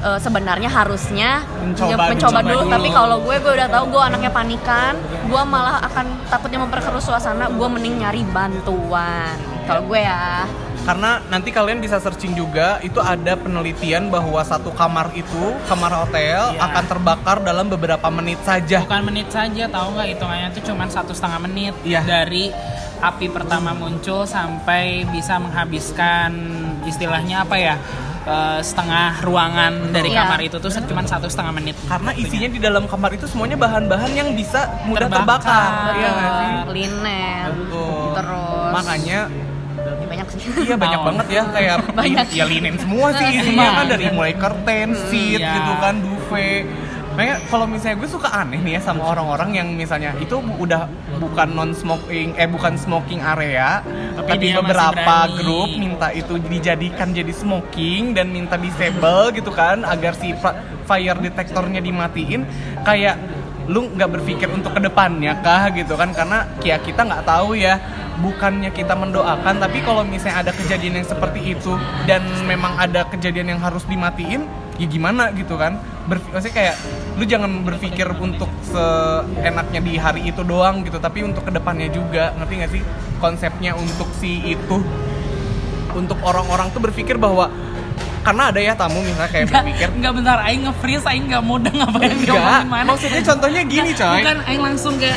sebenarnya harusnya Mencoba dulu. dulu. Tapi kalau gue udah tahu gue anaknya panikan, gue malah akan takutnya memperkeruh suasana, gue mending nyari bantuan. Kalau gue ya. Karena nanti kalian bisa searching juga, itu ada penelitian bahwa satu kamar hotel akan terbakar dalam beberapa menit saja. Bukan menit saja, tahu nggak, hitungannya itu cuma 1,5 menit dari api pertama muncul sampai bisa menghabiskan istilahnya apa ya, setengah ruangan dari kamar itu tuh cuma 1,5 menit. Karena isinya di dalam kamar itu semuanya bahan-bahan yang bisa mudah terbakar. Iya nggak sih? Linen. Betul. Terus Makanya banyak sih. iya banyak banget ya, kayak Banyak. ya linen semua sih isinya kan, dari mulai curtain, seat gitu kan, duvet. Makanya kalau misalnya gue suka aneh nih ya sama orang-orang yang misalnya itu udah bukan bukan smoking area, tapi dia beberapa masih berani. grup minta itu dijadikan jadi smoking dan minta disable gitu kan agar si fire detectornya dimatiin. Kayak lu nggak berpikir untuk kedepannya kah gitu kan, karena ya kita nggak tahu ya, bukannya kita mendoakan, tapi kalau misalnya ada kejadian yang seperti itu dan memang ada kejadian yang harus dimatiin, ya gimana gitu kan. Maksudnya kayak lu jangan berpikir untuk seenaknya di hari itu doang gitu, tapi untuk kedepannya juga, ngerti gak sih konsepnya untuk si itu, untuk orang-orang tuh berpikir bahwa karena ada ya tamu misalnya kayak berpikir Enggak, bentar, aing nge-freeze, aing enggak mudah ngapain ngomongin mana. maksudnya contohnya gini coy, Bukan aing langsung kayak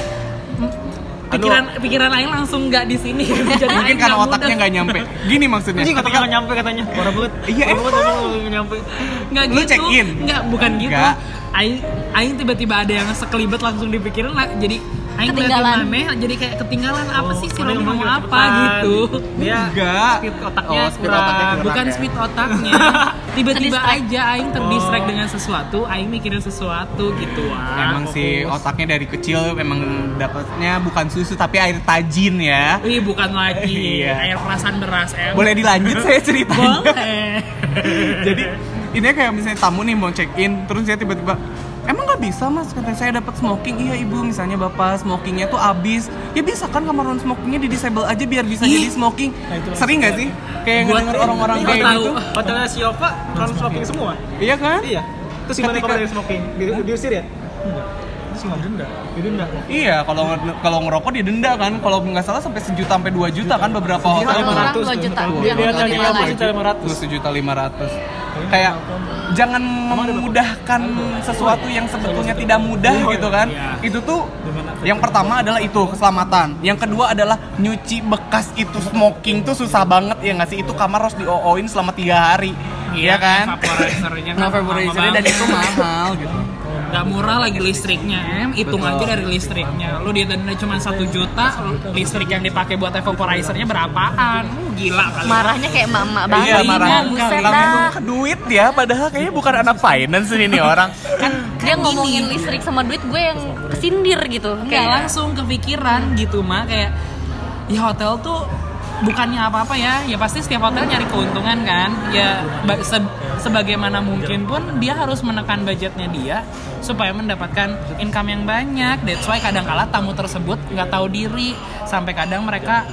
pikiran aing langsung enggak di sini. Jadi mungkin aing karena nggak otaknya mudah. nggak nyampe. Gini maksudnya, Ketika nggak nyampe katanya, parah banget. Iya, Parah banget nggak nyampe. Enggak Lu gitu. check in? Enggak, bukan gitu. Enggak. Aing tiba-tiba ada yang sekelibet langsung dipikirin lah, jadi aing Ketinggalan. ngeliatin maneh, jadi kayak ketinggalan apa sih si Ada Robi yang ngomong ngomong apa cepetan. gitu. Dia enggak. speed otaknya Speed otaknya kurang Bukan ya. speed otaknya. Tiba-tiba Terdistract. aja aing terdistract dengan sesuatu, aing mikirin sesuatu gitu. Emang sih otaknya dari kecil memang dapatnya bukan susu tapi air tajin ya. Wih, bukan lagi Iya. air perasan beras em. Boleh dilanjut saya ceritanya? Boleh. Jadi ini kayak misalnya tamu nih mau check in, terus dia tiba-tiba, emang nggak bisa mas, katanya saya dapat smoking. Iya ibu, misalnya bapak smokingnya tuh habis, ya bisa kan kamar non smokingnya di disable aja biar bisa Ih. jadi smoking. Sering nggak sih kayak Gua- ngedenger orang-orang gua kayak tahu. gitu? hotelnya Siova non smoking semua. Iya kan? Iya. Terus gimana Ketika- kalau dari smoking? Diusir ya? Enggak. Terus nggak denda? Didenda. Iya, kalau ngerokok didenda kan, kalau nggak salah sampai 1 juta sampai 2 juta kan beberapa hotel. Satu orang 500, 2 juta. betul. Yang Dia nonton tadi lima lagi. 1.500.000. Kayak jangan memudahkan sesuatu yang sebetulnya tidak mudah gitu kan. Itu tuh yang pertama adalah itu keselamatan. Yang kedua adalah nyuci bekas itu smoking tuh susah banget ya nggak sih? Itu kamar harus di-OO-in selama 3 hari. Iya kan? Vaporizernya kan Vaporizernya dan itu mahal gitu. Gak murah lagi listriknya em, hitung Betul. aja dari listriknya. Lu didenda cuma 1 juta, listrik yang dipakai buat vaporizernya berapaan? Gila kali. Marahnya kayak mama banget. Iya, marah. Buset Langsung dah. ke duit ya, padahal kayaknya bukan anak finance ini nih orang. Dia ngomongin listrik sama duit, gue yang kesindir gitu. Nggak langsung kepikiran gitu mah, kayak ya hotel tuh bukannya apa-apa ya pasti setiap hotel nyari keuntungan kan ya, sebagaimana mungkin pun dia harus menekan budgetnya dia supaya mendapatkan income yang banyak. That's why kadang-kala tamu tersebut nggak tahu diri, sampai kadang mereka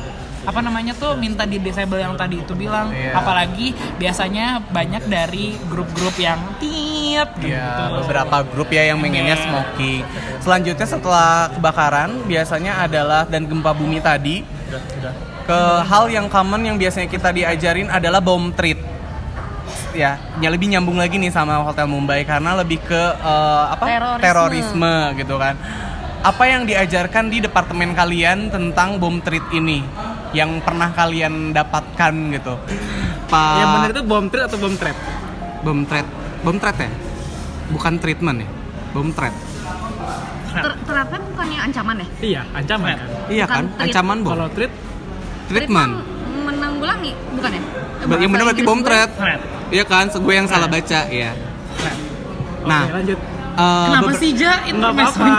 minta di disable yang tadi itu bilang. Iya. Apalagi biasanya banyak dari grup-grup yang tiap gitu. Ya, beberapa grup ya yang pengennya smoking. Selanjutnya setelah kebakaran biasanya adalah dan gempa bumi tadi. Ke hal yang common yang biasanya kita diajarin adalah bomb threat. Ya, lebih nyambung lagi nih sama Hotel Mumbai karena lebih ke terorisme gitu kan. Apa yang diajarkan di departemen kalian tentang bomb threat ini yang pernah kalian dapatkan gitu? Yang benar itu bom threat atau bom trap? Bomb threat ya? Bukan treatment ya? Bomb threat. Ternyata bukannya ancaman ya? Iya, ancaman kan. Iya Bukan kan? treat. Ancaman bom. Kalau treat Treatment. Menanggulangi, bukan ya? Yang benar berarti Bahasa bomb Inggris threat. Threat. Iya kan? Gue yang salah baca, ya. Nah, Oke, lanjut. Kenapa sih Ja? Nggak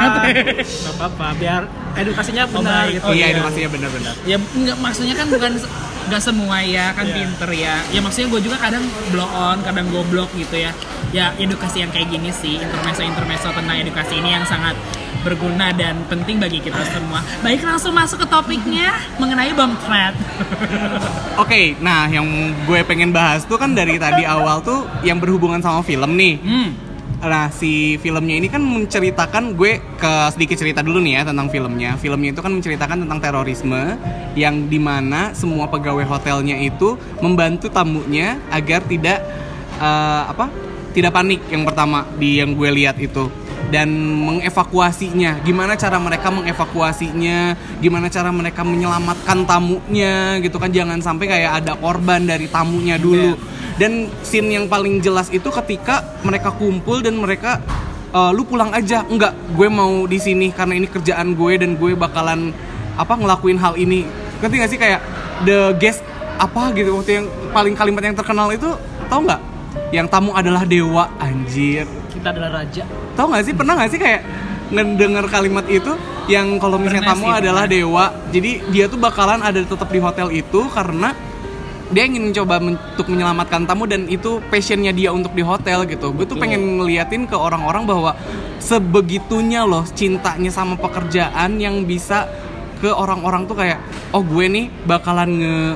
apa-apa, biar edukasinya benar gitu. Iya, edukasinya benar-benar. Ya enggak, maksudnya kan bukan nggak semua ya kan pinter ya. Ya maksudnya gue juga kadang blow on, kadang goblok gitu ya. Ya edukasi yang kayak gini sih, intermezzo tentang edukasi ini yang sangat berguna dan penting bagi kita semua. Baik, langsung masuk ke topiknya mengenai bomb threat. Oke, nah yang gue pengen bahas tuh kan dari tadi awal tuh yang berhubungan sama film nih. Nah, si filmnya ini kan menceritakan, gue ke sedikit cerita dulu nih ya tentang filmnya. Filmnya itu kan menceritakan tentang terorisme yang dimana semua pegawai hotelnya itu membantu tamunya agar tidak tidak panik yang pertama yang gue lihat itu, dan mengevakuasinya. Gimana cara mereka mengevakuasinya, gimana cara mereka menyelamatkan tamunya gitu kan, jangan sampai kayak ada korban dari tamunya dulu. Dan scene yang paling jelas itu ketika mereka kumpul dan mereka lu pulang aja, enggak, gue mau di sini karena ini kerjaan gue dan gue bakalan ngelakuin hal ini. Ngerti gak sih kayak the guest gitu, waktu yang paling kalimat yang terkenal itu tau nggak? Yang tamu adalah dewa, anjir. Kita adalah raja. Tau gak sih, pernah gak sih kayak ngedenger kalimat itu yang kalau misalnya tamu adalah dewa, jadi dia tuh bakalan ada tetap di hotel itu karena dia ingin mencoba untuk menyelamatkan tamu dan itu passionnya dia untuk di hotel gitu. Gue tuh pengen ngeliatin ke orang-orang bahwa sebegitunya loh cintanya sama pekerjaan yang bisa ke orang-orang tuh kayak, oh gue nih bakalan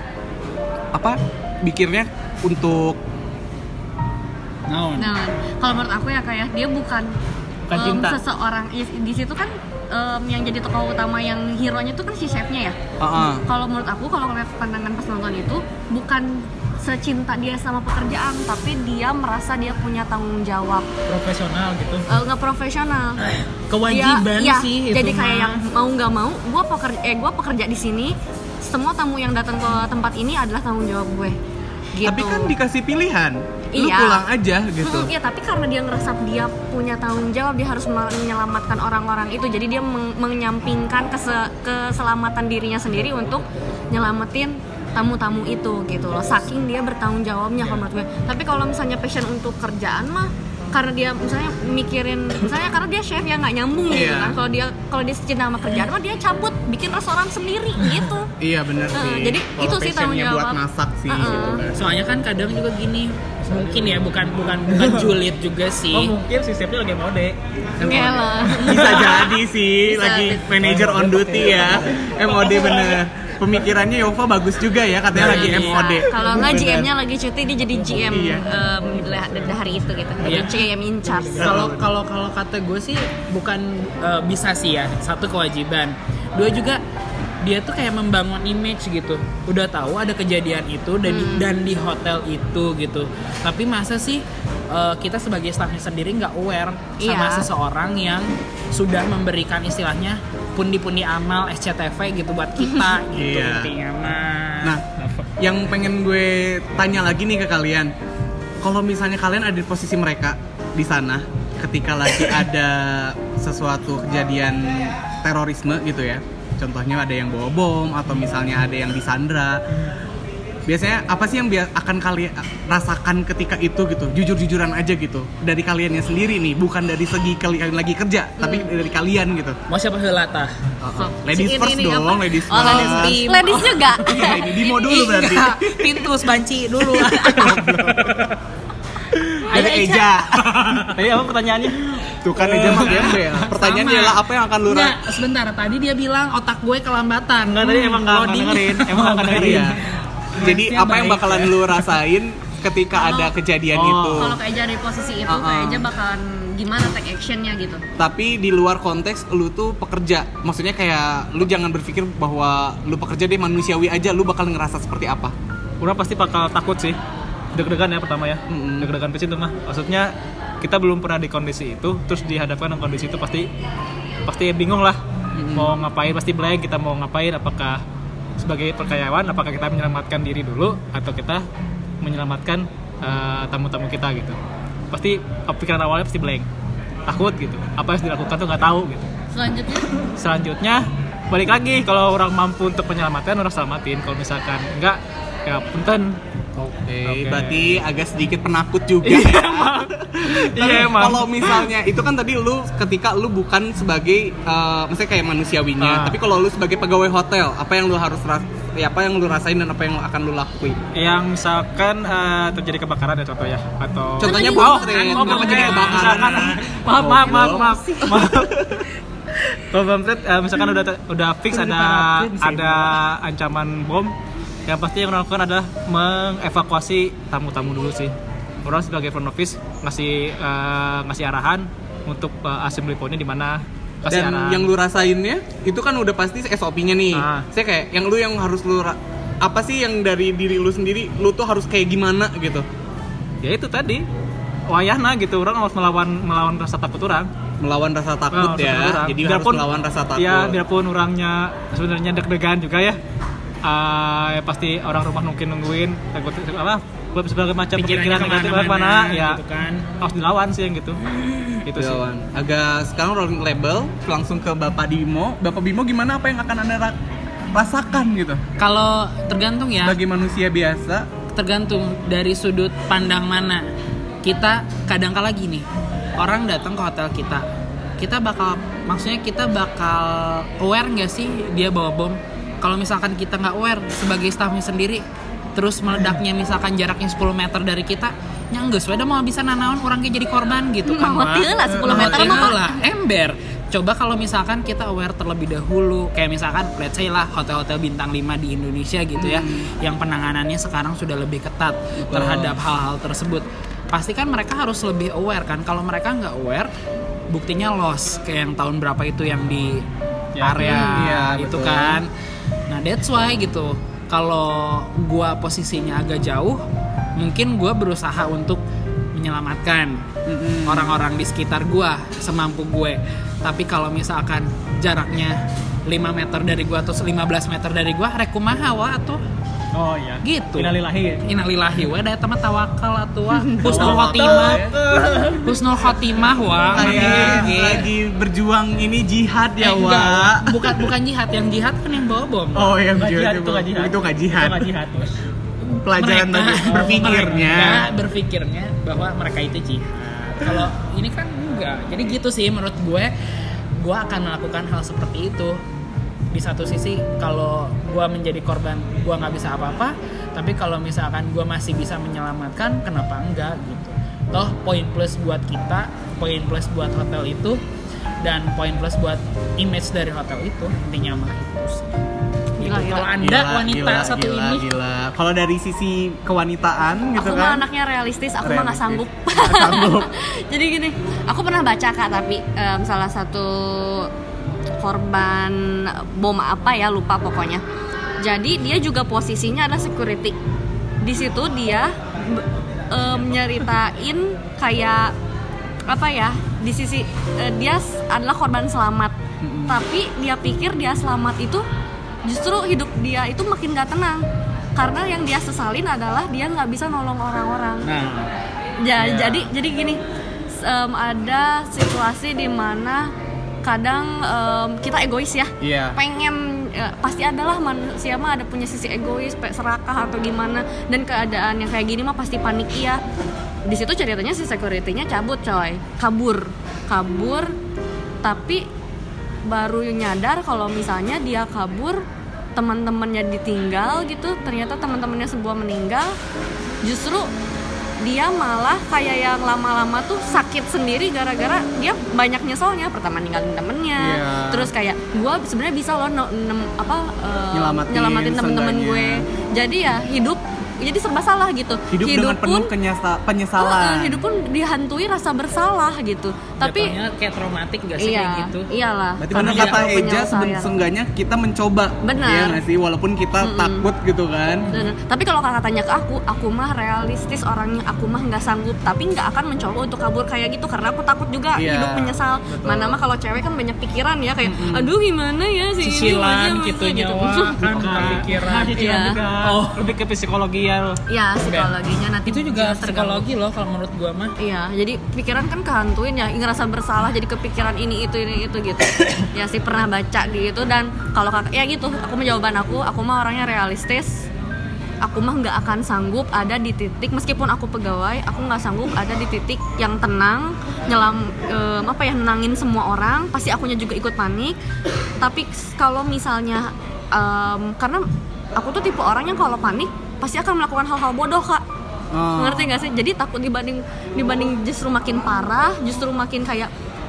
bikinnya untuk Nah, kalau menurut aku ya kayak dia bukan cinta. Seseorang di situ kan yang jadi tokoh utama yang hero-nya itu kan si chefnya ya. Kalau menurut aku, kalau ngeliat pandangan pas nonton itu bukan secinta dia sama pekerjaan, tapi dia merasa dia punya tanggung jawab Profesional gitu. nggak profesional. Kewajiban Dia, sih itu jadi kayak mah. yang mau nggak mau, gue pekerja di sini. Semua tamu yang datang ke tempat ini adalah tanggung jawab gue. Gitu. Tapi kan dikasih pilihan, lu Iya. pulang aja gitu. Iya, tapi karena dia ngerasa dia punya tanggung jawab, dia harus menyelamatkan orang-orang itu. Jadi dia menyampingkan keselamatan dirinya sendiri untuk nyelamatin tamu-tamu itu gitu loh. Saking dia bertanggung jawabnya kalau menurut gue. Tapi kalau misalnya passion untuk kerjaan mah, karena dia misalnya mikirin, misalnya karena dia chef ya nggak nyambung gitu Iya. kan. Kalau dia cinta sama kerjaan mah dia cabut bikin restoran sendiri gitu. Iya benar sih. Jadi Kalau itu sih tanggung passionnya buat jawab. masak sih gitu kan. Soalnya kan kadang juga gini, mungkin ya bukan julid juga sih. Oh mungkin si chefnya lagi mode. Gila. Bisa jadi sih, Bisa. lagi manager on duty ya. MOD bener. Pemikirannya Yova bagus juga ya, katanya lagi Bisa. MOD. Kalau nggak GM-nya lagi cuti, dia jadi GM Iya. hari itu gitu. Iya. GM in charge. Kalau kata gue sih bukan bisa sih ya, satu kewajiban, dua juga dia tuh kayak membangun image gitu. Udah tahu ada kejadian itu dan di hotel itu gitu. Tapi masa sih kita sebagai staffnya sendiri nggak aware sama Iya. seseorang yang sudah memberikan istilahnya pundi-pundi amal SCTV gitu buat kita gitu Iya. intinya mah. Nah, yang pengen gue tanya lagi nih ke kalian, kalau misalnya kalian ada di posisi mereka di sana, ketika lagi ada sesuatu kejadian terorisme gitu ya, contohnya ada yang bawa bom atau misalnya ada yang disandra, biasanya apa sih yang akan kalian rasakan ketika itu gitu? Jujur-jujuran aja gitu, dari kaliannya sendiri nih, bukan dari segi kalian lagi kerja, tapi dari kalian gitu. Mau siapa heula tah? Ladies Si first ini dong, apa? ladies Oh, first. ladies juga. Iya, ini Dimo dulu berarti. Iya, Pintus banci dulu. Dari Eja. Tadi apa pertanyaannya? Tuh kan Eja mah gembel. Pertanyaannya Sama. adalah apa yang akan lu Nggak, sebentar, tadi dia bilang otak gue kelambatan. Enggak, tadi emang nggak Loading. dengerin. Emang nggak dengerin. Iya. Jadi Maksudnya apa yang baik, bakalan ya. lu rasain ketika ada kejadian itu? Kalau kayak dari posisi itu, kayak aja bakalan gimana take actionnya gitu. Tapi di luar konteks lu tuh pekerja. Maksudnya kayak lu jangan berpikir bahwa lu pekerja deh, manusiawi aja, lu bakal ngerasa seperti apa? Orang pasti bakal takut sih. Deg-degan ya pertama ya. Mm-mm. Deg-degan di situ mah. Maksudnya kita belum pernah di kondisi itu, terus dihadapkan dengan kondisi itu pasti bingung lah. Mau ngapain, pasti blank, kita mau ngapain, apakah sebagai perkaryawan, apakah kita menyelamatkan diri dulu atau kita menyelamatkan tamu-tamu kita gitu. Pasti pikiran awalnya pasti blank, takut gitu. Apa yang harus dilakukan tuh nggak tahu gitu. Selanjutnya balik lagi, kalau orang mampu untuk menyelamatkan, orang selamatin. Kalau misalkan enggak, ya punten. Oke, berarti agak sedikit penakut juga. Iya emang. Kalau misalnya itu kan tadi lu ketika lu bukan sebagai maksudnya kayak manusiawinya, tapi kalau lu sebagai pegawai hotel, apa yang lu harus apa yang lu rasain dan apa yang akan lu lakuin? Yang misalkan terjadi kebakaran ya contoh ya, atau Contohnya Kan bomb lagi threat, ngomong. kenapa jadi kebakaran? Misalkan, maaf. Kalau bom threat misalkan udah fix ada ancaman bom, yang pasti yang orang lakukan adalah mengevakuasi tamu-tamu dulu sih. Orang sebagai front office ngasih arahan untuk assembly point-nya di mana. Dan arahan. yang lu rasainnya itu kan udah pasti SOP-nya nih. Saya kayak yang harus lu apa sih yang dari diri lu sendiri, lu tuh harus kayak gimana gitu. Ya itu tadi wayahna gitu, orang harus melawan rasa takut orang. Melawan rasa takut ya. Jadi harus melawan rasa takut. Ya biarpun orangnya sebenarnya deg-degan juga ya. Ya pasti orang rumah mungkin nungguin takut berbagai macam pikiran negatif mana ya gitu kan. Harus dilawan sih yang gitu. Itu sih. Agak sekarang rolling label langsung ke Bapak Bimo. Bapak Bimo gimana, apa yang akan Anda rasakan gitu? Kalau tergantung ya. Bagi manusia biasa, tergantung dari sudut pandang mana. Kita kadang-kala gini, orang datang ke hotel kita bakal aware nggak sih dia bawa bom? Kalau misalkan kita nggak aware sebagai staffnya sendiri, terus meledaknya misalkan jaraknya 10 meter dari kita, nyanggeus weda mau bisa nanaon orang kayak jadi korban gitu kan. Mati lah 10 meter mah ember. Coba kalau misalkan kita aware terlebih dahulu, kayak misalkan let's say lah hotel-hotel bintang 5 di Indonesia gitu ya, yang penanganannya sekarang sudah lebih ketat terhadap hal-hal tersebut. Pasti kan mereka harus lebih aware kan. Kalau mereka nggak aware, buktinya loss kayak yang tahun berapa itu yang di area itu betul. Kan. Nah that's why gitu. Kalau gua posisinya agak jauh, mungkin gua berusaha untuk menyelamatkan orang-orang di sekitar gua semampu gue. Tapi kalau misalkan jaraknya 5 meter dari gua atau 15 meter dari gua, rek kumaha wa atuh. Oh iya. Gitu. Innalillahi wa da eta mah tawakal atuh wa. Husnul khotimah wa. Lagi berjuang ini jihad ya wa. Bukan jihad, yang jihad kan yang bawa bom. Oh yang jihad itu enggak jihad. Pelajaran mereka berpikirnya bahwa mereka itu jihad. Kalau ini kan enggak. Jadi gitu sih menurut gue akan melakukan hal seperti itu. Di satu sisi kalau gue menjadi korban gue nggak bisa apa-apa, tapi kalau misalkan gue masih bisa menyelamatkan, kenapa enggak gitu. Toh poin plus buat kita, poin plus buat hotel itu, dan poin plus buat image dari hotel itu, intinya mah itu sih. Kalau Anda wanita satu ini, kalau dari sisi kewanitaan gitu aku kan, mah anaknya realistis, aku mah nggak sanggup. Jadi gini, aku pernah baca Kak, tapi salah satu korban bom apa ya, lupa pokoknya. Jadi dia juga posisinya adalah security. Di situ dia nyeritain kayak apa ya, di sisi dia adalah korban selamat. Tapi dia pikir dia selamat itu justru hidup dia itu makin gak tenang, karena yang dia sesalin adalah dia nggak bisa nolong orang-orang. Jadi gini, ada situasi di mana kadang kita egois ya, pengen pasti adalah manusia mah ada punya sisi egois, serakah atau gimana, dan keadaan yang kayak gini mah pasti panik ya. Di situ ceritanya si security-nya cabut kabur, tapi baru nyadar kalau misalnya dia kabur, teman-temannya ditinggal gitu, ternyata teman-temannya semua meninggal. Justru dia malah kayak yang lama-lama tuh sakit sendiri gara-gara dia banyak nyeselnya. Pertama ninggalin temennya, terus kayak gue sebenarnya bisa loh nyelamatin temen-temen gue. Jadi ya jadi serba salah gitu. Hidup dengan penuh penyesalan. Hidup pun dihantui rasa bersalah gitu. Tapi jatuhnya kayak traumatik gak sih kayak gitu? Iyalah. Berarti benar kata Eja, seenggaknya kita mencoba. Benar. Iya nggak sih, walaupun kita takut gitu kan. Bener. Tapi kalau kakak tanya ke aku mah realistis orangnya, aku mah nggak sanggup. Tapi nggak akan mencoba untuk kabur kayak gitu karena aku takut juga hidup menyesal. Betul. Mana mah kalau cewek kan banyak pikiran ya, kayak aduh gimana ya sih cicilan gitu nyawa kan pikiran. Oh, lebih ke psikologi. Iya, psikologinya nanti itu juga psikologi loh kalau menurut gua mah. Iya, jadi pikiran kan kehantuin ya, ngerasa bersalah jadi kepikiran ini itu gitu. Ya sih pernah baca di itu. Dan kalau kakak ya gitu, aku jawaban aku mah orangnya realistis. Aku mah nggak akan sanggup ada di titik, meskipun aku pegawai, aku nggak sanggup ada di titik yang tenang, nenangin semua orang. Pasti akunya juga ikut panik. Tapi kalau misalnya karena aku tuh tipe orang yang kalau panik pasti akan melakukan hal-hal bodoh Kak. Ngerti gak sih? Jadi takut dibanding justru makin parah, justru makin kayak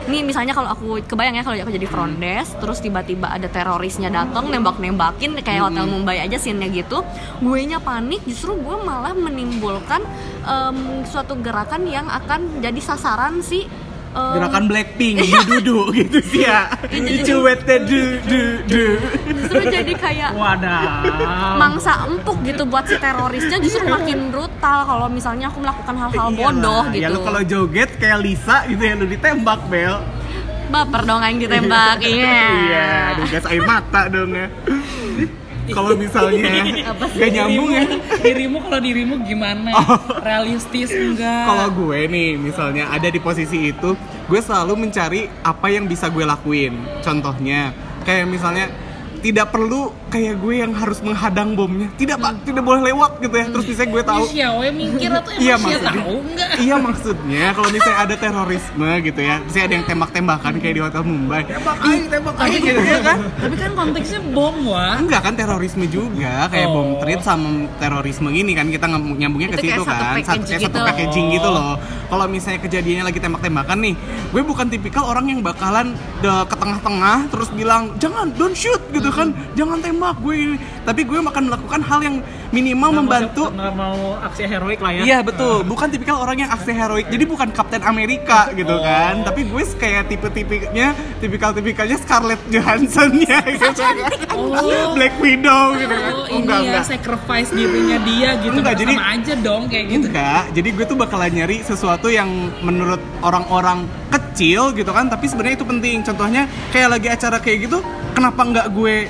nih misalnya kalau aku kebayang ya kalau aku jadi front desk terus tiba-tiba ada terorisnya datang nembak-nembakin kayak Hotel Mumbai aja scene-nya gitu, gue nya panik, justru gue malah menimbulkan suatu gerakan yang akan jadi sasaran si Gerakan Blackpink, du gitu sih ya. Itu wete du. Justru jadi kayak mangsa empuk gitu buat si terorisnya, justru makin brutal kalau misalnya aku melakukan hal-hal bodoh gitu. Ya lu kalau joget kayak Lisa gitu ya, lu ditembak Bel. Baper dong yang ditembak. Iya, gas air mata dong ya. Kalau misalnya gak nyambung ya. Dirimu gimana? Realistis enggak? Kalau gue nih misalnya ada di posisi itu, gue selalu mencari apa yang bisa gue lakuin. Contohnya kayak misalnya tidak perlu kayak gue yang harus menghadang bomnya, tidak boleh lewat gitu ya. Terus misalnya gue tahu we mikir atau emang dia tahu enggak? Iya maksudnya kalau misalnya ada terorisme gitu ya, misalnya ada yang tembak-tembakan kayak di Hotel Mumbai, tembak aja gitu ya kan. Tapi kan konteksnya bom, wah. Enggak kan, terorisme juga kayak bom threat sama terorisme gini kan, kita nyambungnya ke situ kan, satu packaging gitu loh. Kalau misalnya kejadiannya lagi tembak-tembakan nih, gue bukan tipikal orang yang bakalan ke tengah-tengah terus bilang jangan, don't shoot gitu kan, jangan tembak gue ini. Tapi gue akan melakukan hal yang minimal membantu. Nggak mau aksi heroik lah ya. Iya betul, bukan tipikal orang yang aksi heroik. Jadi bukan Kapten Amerika gitu kan. Tapi gue kayak tipikal-tipikalnya Scarlett Johansson ya gitu kan. Black Widow gitu kan. Enggak. Sacrifice dirinya dia gitu. Enggak, jadi sama aja dong kayak gitu. Enggak, jadi gue tuh bakalan nyari sesuatu yang menurut orang-orang kecil gitu kan, tapi sebenarnya itu penting. Contohnya kayak lagi acara kayak gitu, kenapa nggak gue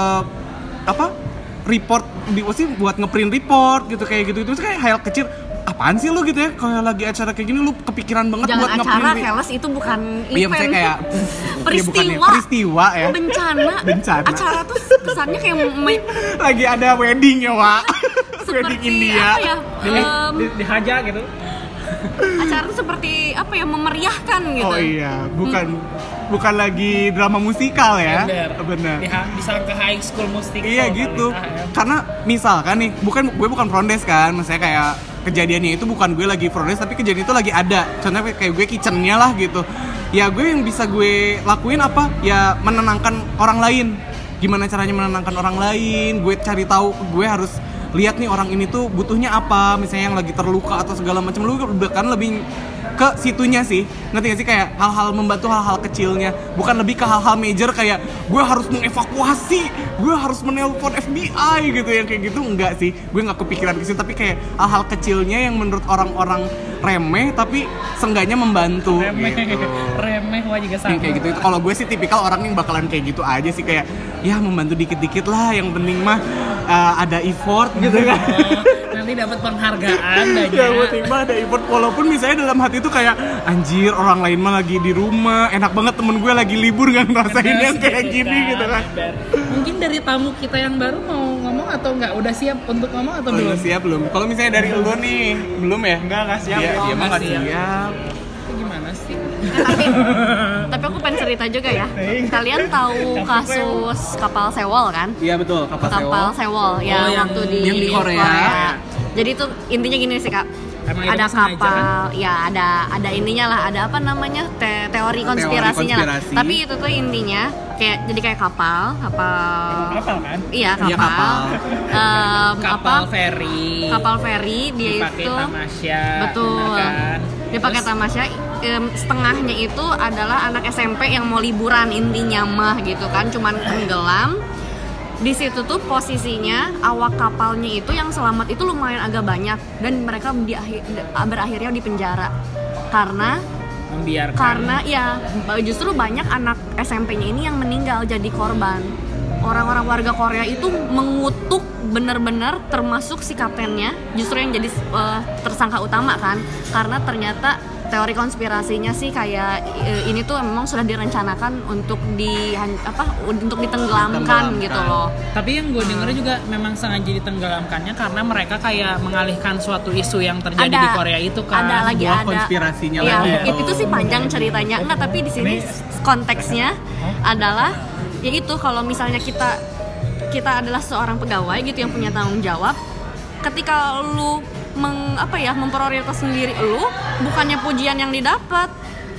report buat ngeprint report gitu kayak gitu, itu kayak hal kecil. Apaan sih lu gitu ya, kalau lagi acara kayak gini lu kepikiran banget buat ngeprint. Jangan acara, Keles, itu bukan event. Kayak peristiwa ya. Bencana. Acara tuh kesannya kayak lagi ada wedding ya, Wak. Wedding India. Apa ya? Dihaja gitu. Acara tuh seperti apa ya, memeriahkan gitu. Oh iya, bukan lagi drama musikal ya. Benar. Disangka high school musical. Iya gitu. Karena misalkan nih, gue bukan front desk kan, maksudnya kayak kejadiannya itu bukan gue lagi front desk, tapi kejadian itu lagi ada. Contohnya kayak gue kitchennya lah gitu. Ya gue yang bisa gue lakuin apa? Ya menenangkan orang lain. Gimana caranya menenangkan orang lain? Gue cari tahu, gue harus lihat nih orang ini tuh butuhnya apa, misalnya yang lagi terluka atau segala macam. Lu kan lebih ke situnya sih, ngerti gak sih, kayak hal-hal membantu hal-hal kecilnya, bukan lebih ke hal-hal major kayak gue harus mengevakuasi, gue harus menelpon FBI gitu, yang kayak gitu enggak sih, gue nggak kepikiran ke situ. Tapi kayak hal-hal kecilnya yang menurut orang-orang remeh tapi seenggaknya membantu. Remeh wah juga sama. Kayak gitu, itu kalau gue sih tipikal orang yang bakalan kayak gitu aja sih, kayak ya membantu dikit-dikit lah, yang penting mah ada effort gitu kan. Nanti dapat penghargaan aja. Ya penting mah ada effort, walaupun misalnya dalam hati itu kayak anjir orang lain mah lagi di rumah, enak banget temen gue lagi libur nggak ngerasain yang kayak gini gitu kan. Mungkin dari tamu kita yang baru mau ngomong atau nggak, udah siap untuk ngomong atau belum? Siap belum? Kalau misalnya dari lu nih belum ya? Nggak siap. Dia mah nggak siap. Gimana sih? Tapi aku pengen cerita juga ya. Kalian tahu kasus kapal Sewol kan? Iya betul, kapal Sewol ya, waktu di Korea. Jadi itu intinya gini sih Kak. Ada kapal, ya ada ininya lah, ada apa namanya teori konspirasinya lah. Tapi itu tuh intinya kayak kapal kan? Iya kapal. Kapal feri. Kapal feri dia dipakai itu. Tamasya. Betul. Kan? Dia pakai Tamasya. Setengahnya itu adalah anak SMP yang mau liburan intinya mah gitu kan, cuman tenggelam. Di situ tuh posisinya awak kapalnya itu yang selamat itu lumayan agak banyak, dan mereka berakhirnya di penjara karena ya justru banyak anak SMP-nya ini yang meninggal jadi korban. Orang-orang warga Korea itu mengutuk bener-bener, termasuk si kaptennya justru yang jadi tersangka utama kan, karena ternyata teori konspirasinya sih kayak ini tuh memang sudah direncanakan untuk ditenggelamkan gitu loh. Tapi yang gue denger juga memang sengaja ditenggelamkannya karena mereka kayak mengalihkan suatu isu yang terjadi di Korea itu kan. Ada konspirasinya ya, lagi. Itu sih panjang ceritanya. Enggak, tapi di sini konteksnya adalah yaitu kalau misalnya kita adalah seorang pegawai gitu yang punya tanggung jawab, ketika lu memprioritas sendiri lu, bukannya pujian yang didapat,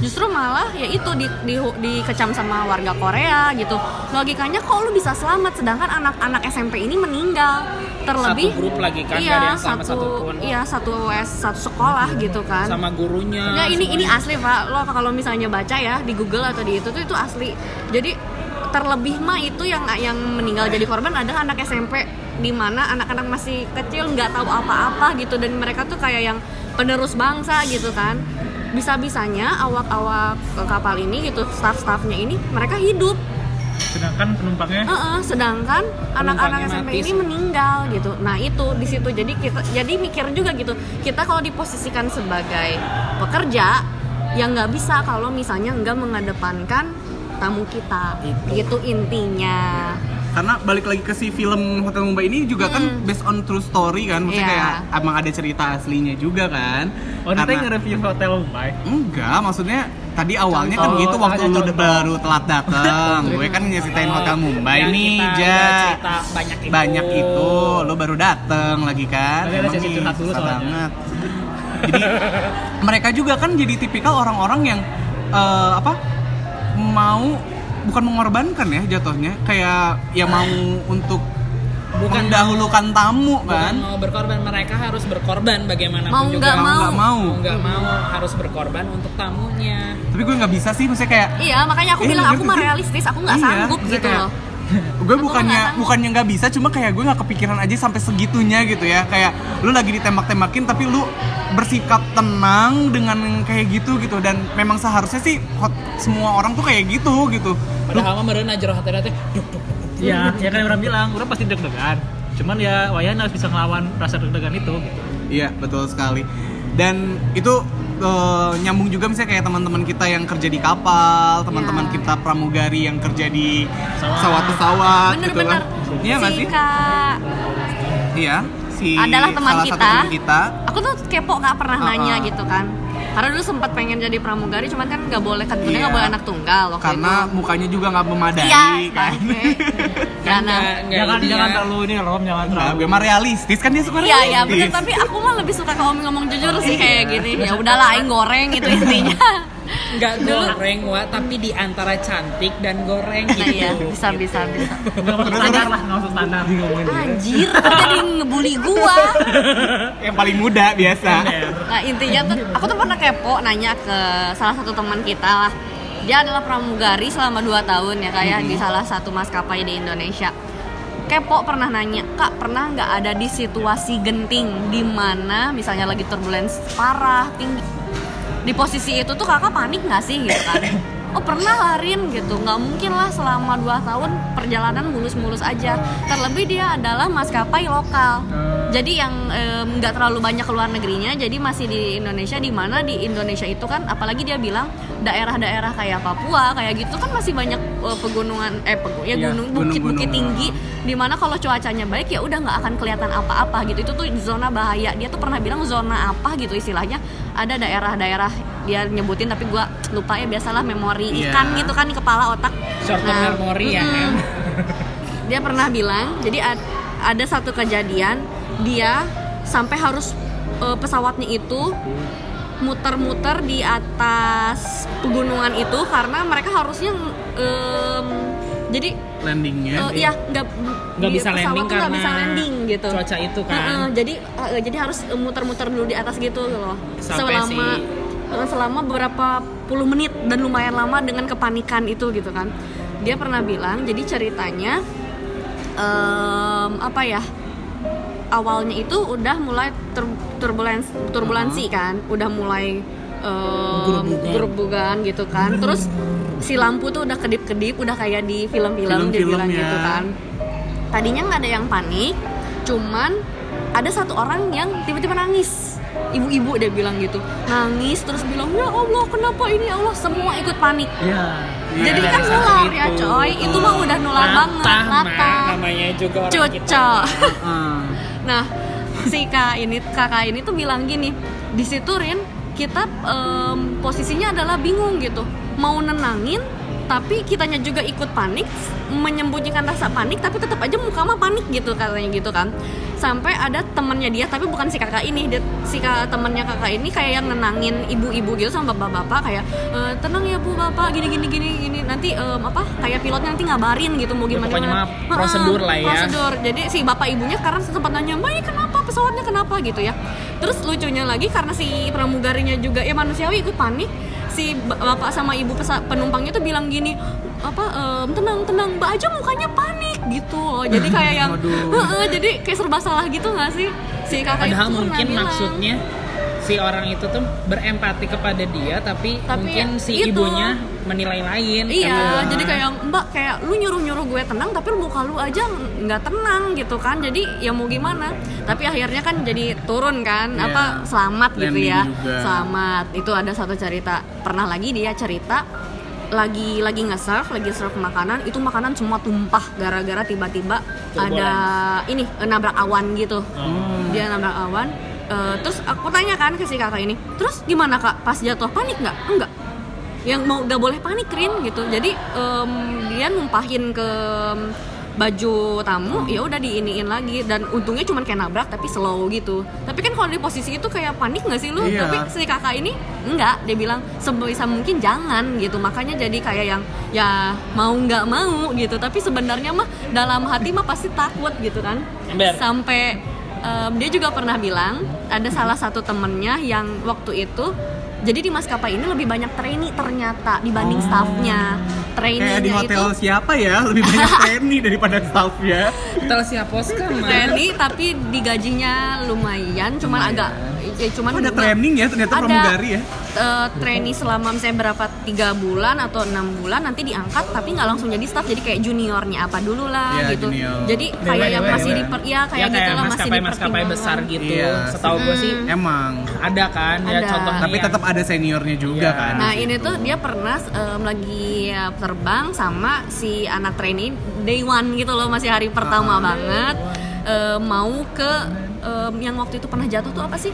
Justru malah ya itu dikecam sama warga Korea gitu. Logikanya kok lu bisa selamat sedangkan anak-anak SMP ini meninggal. Terlebih satu grup lagi kan, iya, gak ada yang selamat satupun. Iya, satu sekolah gitu kan. Sama gurunya. Nah, ini asli Pak. Lo kalau misalnya baca ya di Google atau di itu asli. Jadi terlebih mah itu yang meninggal jadi korban adalah anak SMP, di mana anak-anak masih kecil nggak tahu apa-apa gitu, dan mereka tuh kayak yang penerus bangsa gitu kan. Bisa-bisanya awak-awak kapal ini gitu, staff-staffnya ini mereka hidup, sedangkan penumpangnya sedangkan anak-anak SMP mati ini meninggal gitu. Nah itu di situ jadi mikir juga gitu, kita kalau diposisikan sebagai pekerja yang nggak bisa kalau misalnya nggak mengedepankan tamu kita, gitu intinya. Karena balik lagi ke si film Hotel Mumbai ini juga kan based on true story kan, maksudnya kayak emang ada cerita aslinya juga kan. Oh, nanti nge-review Hotel Mumbai? Enggak, maksudnya tadi awalnya kan gitu waktu lu baru telat dateng. Gue kan nyeritain Hotel Mumbai nih, Ja. Banyak itu, lu baru dateng lagi kan. Ada Emang sesi nih, curhat dulu susah soalnya. banget. Jadi mereka juga kan jadi tipikal orang-orang yang bukan mengorbankan ya jatuhnya, kayak ya mau untuk mendahulukan tamu kan. Bukan mau berkorban, mereka harus berkorban bagaimanapun Mau juga. nggak mau. Nggak mau harus berkorban untuk tamunya. Tapi gue nggak bisa sih, maksudnya kayak Iya, makanya aku bilang aku mah realistis, aku nggak sanggup maksudnya gitu kayak, loh. gue bukannya nggak bisa, cuma kayak gue nggak kepikiran aja sampai segitunya gitu ya. Kayak lu lagi ditembak-tembakin tapi lu bersikap tenang dengan kayak gitu, dan memang seharusnya sih semua orang tuh kayak gitu. Padahal mah meureun aja hati-hati. Iya, ya kan orang bilang, orang pasti deg-degan. Cuman ya Wayan harus bisa ngelawan rasa deg-degan itu gitu. Iya, betul sekali. Dan itu nyambung juga misalnya kayak teman-teman kita yang kerja di kapal, teman-teman kita pramugari yang kerja di pesawat gitu Bener-bener. kan. Iya nggak sih? Kak Iya, adalah teman salah satu teman kita. Aku tuh kepo Kak, pernah nanya gitu kan. Karena dulu sempat pengen jadi pramugari, cuman kan nggak boleh, ketentunya nggak boleh anak tunggal waktu karena itu. mukanya juga nggak memadai Iya, kan. Karena Jangan terlalu ini Rom, jangan Nah, terlalu. gue mah realistis kan, dia suka realistis. Iya bener, tapi aku mah lebih suka kalau ngomong jujur sih kayak gini. Ya udahlah, aing goreng itu intinya. Nggak goreng wa, tapi di antara cantik dan goreng Nah, gitu. iya, bisa. Nggak masuk standar lah, nggak masuk standar. Anjir, kok jadi ngebully gua. Yang paling muda biasa. Nah intinya tuh, aku tuh pernah kepo nanya ke salah satu teman kita lah. Dia adalah pramugari selama 2 tahun ya kayak di salah satu maskapai di Indonesia. Kepo pernah nanya, Kak pernah nggak ada di situasi genting di mana misalnya lagi turbulence parah, tinggi. Di posisi itu tuh kakak panik nggak sih gitu kan? Oh pernah larin gitu, nggak mungkin lah selama 2 tahun perjalanan mulus-mulus aja. Terlebih dia adalah maskapai lokal, jadi yang nggak terlalu banyak keluar negerinya, jadi masih di Indonesia, di mana di Indonesia itu kan, apalagi dia bilang daerah-daerah kayak Papua kayak gitu kan masih banyak pegunungan, bukit-bukit tinggi, di mana kalau cuacanya baik ya udah nggak akan kelihatan apa-apa gitu. Itu tuh zona bahaya. Dia tuh pernah bilang zona apa gitu istilahnya, ada daerah-daerah dia nyebutin tapi gua lupa ya, biasalah memori ikan gitu kan di kepala otak. Short term memory ya kan. Dia pernah bilang, jadi ada satu kejadian dia sampai harus pesawatnya itu muter-muter di atas pegunungan itu karena mereka harusnya jadi Landingnya nggak bisa landing karena nggak bisa landing gitu, cuaca itu kan. Jadi harus muter-muter dulu di atas gitu loh, Sampai selama beberapa puluh menit, dan lumayan lama dengan kepanikan itu gitu kan. Dia pernah bilang, jadi ceritanya awalnya itu udah mulai turbulensi kan, udah mulai gerbugan gitu kan. Terus si lampu tuh udah kedip-kedip, udah kayak di film-film dia bilang gitu kan. Tadinya nggak ada yang panik, cuman ada satu orang yang tiba-tiba nangis. Ibu-ibu dia bilang gitu, nangis terus bilang, ya Allah kenapa ini ya Allah, semua ikut panik. Jadi kan nular ya coy, itu mah udah nular banget. Namanya juga orang Cucok. kita. Nah si kakak ini tuh bilang gini, di situ Rin kita posisinya adalah bingung gitu, mau nenangin tapi kitanya juga ikut panik, menyembunyikan rasa panik, tapi tetap aja muka mah panik gitu katanya gitu kan. Sampai ada temennya dia, tapi bukan si kakak ini, temennya kakak ini kayak yang nenangin ibu-ibu gitu sama bapak-bapak kayak tenang ya bu bapak, gini nanti kayak pilotnya nanti ngabarin gitu mau gimana. Pokoknya mah prosedur lah ya. Prosedur. Jadi si bapak ibunya karena sempat nanya, "Mai, kenapa pesawatnya kenapa?" gitu ya. Terus lucunya lagi karena si pramugarinya juga ya manusiawi ikut panik, si bapak sama ibu penumpangnya tuh bilang gini, tenang Mbak aja mukanya panik gitu loh. Jadi kayak yang jadi kayak serba salah gitu nggak sih si kakak itu. Padahal mungkin bilang, maksudnya si orang itu tuh berempati kepada dia, tapi mungkin si itu, ibunya menilai lain. Iya, jadi kayak Mbak kayak lu nyuruh gue tenang tapi muka lu aja nggak tenang gitu kan. Jadi ya mau gimana? Tapi akhirnya kan jadi turun kan, selamat gitu ya. Juga. Selamat. Itu ada satu cerita. Pernah lagi dia cerita lagi serve makanan, itu makanan semua tumpah gara-gara tiba-tiba ada ini nabrak awan gitu. Dia nabrak awan. Terus aku tanya kan ke si kakak ini, terus gimana kak pas jatuh, panik nggak? Enggak, yang mau nggak boleh panik Rin gitu. Jadi dia numpahin ke baju tamu, ya udah diiniin lagi, dan untungnya cuma kayak nabrak tapi slow gitu. Tapi kan kalau di posisi itu kayak panik nggak sih lu? Iya. Tapi si kakak ini enggak, dia bilang sebisa mungkin jangan gitu. Makanya jadi kayak yang ya mau nggak mau gitu. Tapi sebenarnya mah dalam hati mah pasti takut gitu kan. Ember. Sampai dia juga pernah bilang ada salah satu temennya yang waktu itu, jadi di maskapai ini lebih banyak trainee ternyata dibanding staffnya. Trainee-nya Kayak di hotel itu siapa ya, lebih banyak trainee daripada staffnya. Hotel Siaposka mah. trainee tapi digajinya lumayan, cuman agak cuman Ada training ya ternyata ada, pramugari ya. Trainee selama misalnya berapa 3 bulan atau 6 bulan nanti diangkat, tapi nggak langsung jadi staff, jadi kayak juniornya apa dulu lah Iya, gitu. junior. Jadi kayak yang masih kayak gitu lah, masih maskapai besar gitu. Iya. Setahu gue sih Emang. ada kan ya Ada. contohnya. Tapi tetap ada seniornya juga Iya. kan. Nah ini tuh dia pernah lagi terbang sama si anak trainee day one gitu loh, masih hari pertama banget. Mau ke yang waktu itu pernah jatuh tuh apa sih?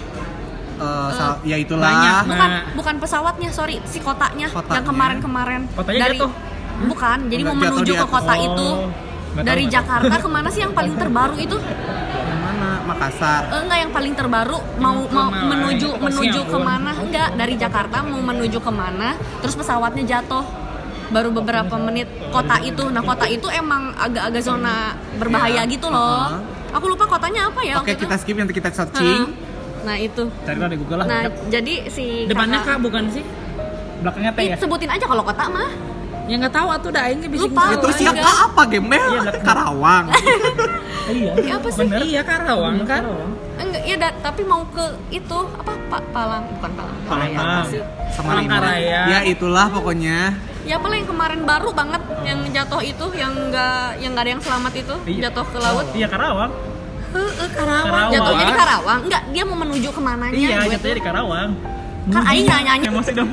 Ya itulah. banyak. Bukan pesawatnya, sorry, si kotanya. Kotanya. Yang kemarin Kotanya jatuh? Bukan, jadi Enggak, mau jatuh menuju di ke atas. kota itu. Nggak Dari tahu. Jakarta kemana sih yang paling terbaru itu? Yang mana? Makassar. Enggak, yang paling terbaru mau Malang. menuju Singapura. kemana? Enggak, dari Jakarta mau menuju kemana? Terus pesawatnya jatuh. Baru beberapa menit kota itu. Nah kota itu emang agak-agak zona berbahaya Iya. gitu loh. Aku lupa kotanya apa ya Oke, waktu kita itu. skip, nanti kita searching. Nah itu. Cari lah di Google lah. Nah jadi si Depannya kakak- kak bukan sih? Belakangnya T ya. sebutin aja kalau kota mah. Ya nggak tahu atuh dah aing bising Lupa. Ya terus Oh, ya enggak. Kak apa Gembel? Karawang. Iya. Ya, apa sih? Bener. Iya Karawang kan. Enggak, ya tapi mau ke itu apa Palang, bukan Palang. Palembang. Apa sih? Samarinda. Palangkaraya. Ya itulah pokoknya. Ya apalah yang kemarin baru banget yang jatuh itu, yang nggak ada yang selamat itu, Iya. jatuh ke laut. Iya Karawang. Karawang. Jatuhnya di Karawang. Enggak, dia mau menuju kemananya. Iya, gue jatuhnya tuh. di Karawang. Kan aing nanya. Emosi dong.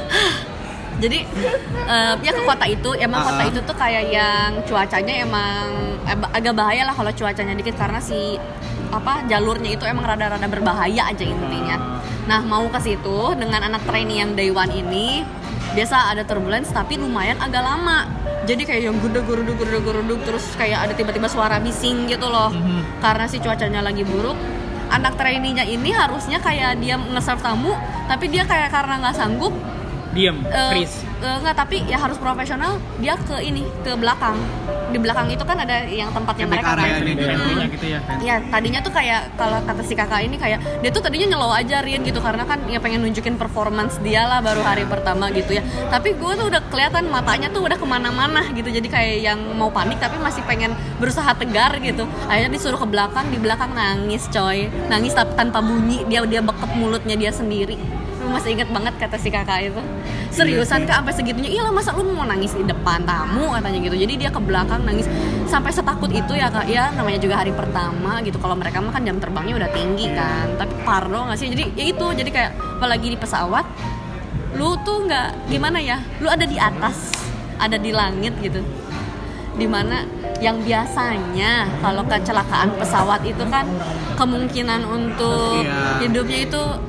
Jadi ya ke kota itu, emang kota itu tuh kayak yang cuacanya emang agak bahaya lah kalau cuacanya dikit, karena si jalurnya itu emang rada-rada berbahaya aja intinya. Nah mau ke situ dengan anak trainee yang day one ini, biasa ada turbulence tapi lumayan agak lama. Jadi kayak yang geruduk terus kayak ada tiba-tiba suara bising gitu loh. Karena si cuacanya lagi buruk. Anak trainee-nya ini harusnya kayak dia nge-serve tamu, tapi dia kayak karena nggak sanggup Diem, freeze. Enggak, tapi ya harus profesional. Dia ke belakang. Di belakang itu kan ada yang tempatnya Back mereka kan. area ini gitu. Pantry-nya gitu ya. Iya, tadinya tuh kayak kalau kata si kakak ini kayak dia tuh tadinya nyelow aja Rian gitu, karena kan ya pengen nunjukin performance dia lah baru hari pertama gitu ya. Tapi gue tuh udah kelihatan matanya tuh udah kemana-mana gitu, jadi kayak yang mau panik tapi masih pengen berusaha tegar gitu. Akhirnya disuruh ke belakang, di belakang nangis coy, nangis tanpa bunyi, dia bekep mulutnya dia sendiri. Masih inget banget kata si kakak itu, seriusan kak sampai segitunya. Iya lah, masa lu mau nangis di depan tamu katanya gitu. Jadi dia ke belakang nangis sampai setakut itu ya kak. Ya namanya juga hari pertama gitu, kalau mereka mah kan jam terbangnya udah tinggi kan, tapi parno nggak sih. Jadi ya itu, jadi kayak apalagi di pesawat lu tuh nggak gimana ya, lu ada di atas, ada di langit gitu, dimana yang biasanya kalau kecelakaan pesawat itu kan kemungkinan untuk Iya. hidupnya itu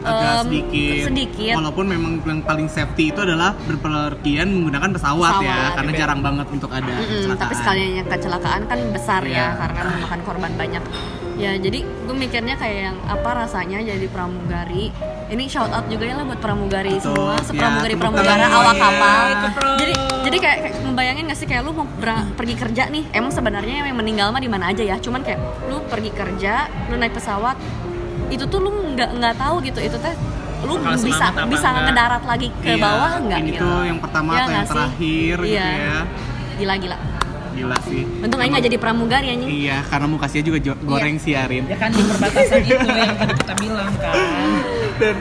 agak sedikit. Walaupun memang yang paling safety itu adalah berpergian menggunakan pesawat ya, karena jarang banget untuk ada kecelakaan. Tapi sekalian yang kecelakaan kan besar Iya. ya, karena memakan korban banyak. Ya jadi gue mikirnya kayak yang apa rasanya jadi pramugari. Ini shout out juga ya lah buat pramugari Betul, semua, ya, pramugari-pramugara tepuk awak tangan. kapal. Iya, Jadi kayak membayangin gak sih kayak lu mau pergi kerja nih, emang sebenarnya yang meninggal mah di mana aja ya, cuman kayak lu pergi kerja, lu naik pesawat, itu tuh lu nggak tahu gitu, itu teh lu Bakal selamat apa bisa enggak. ngedarat lagi ke bawah nggak ini gitu. tuh yang pertama Iya atau yang nggak sih? terakhir gitu Iya. ya. Gila. Gila sih. Untung aja nggak jadi pramugari anjing. Iya, karena mukanya juga goreng sih Arin. Ya kan di perbatasan itu yang tadi kita bilang kan. Dan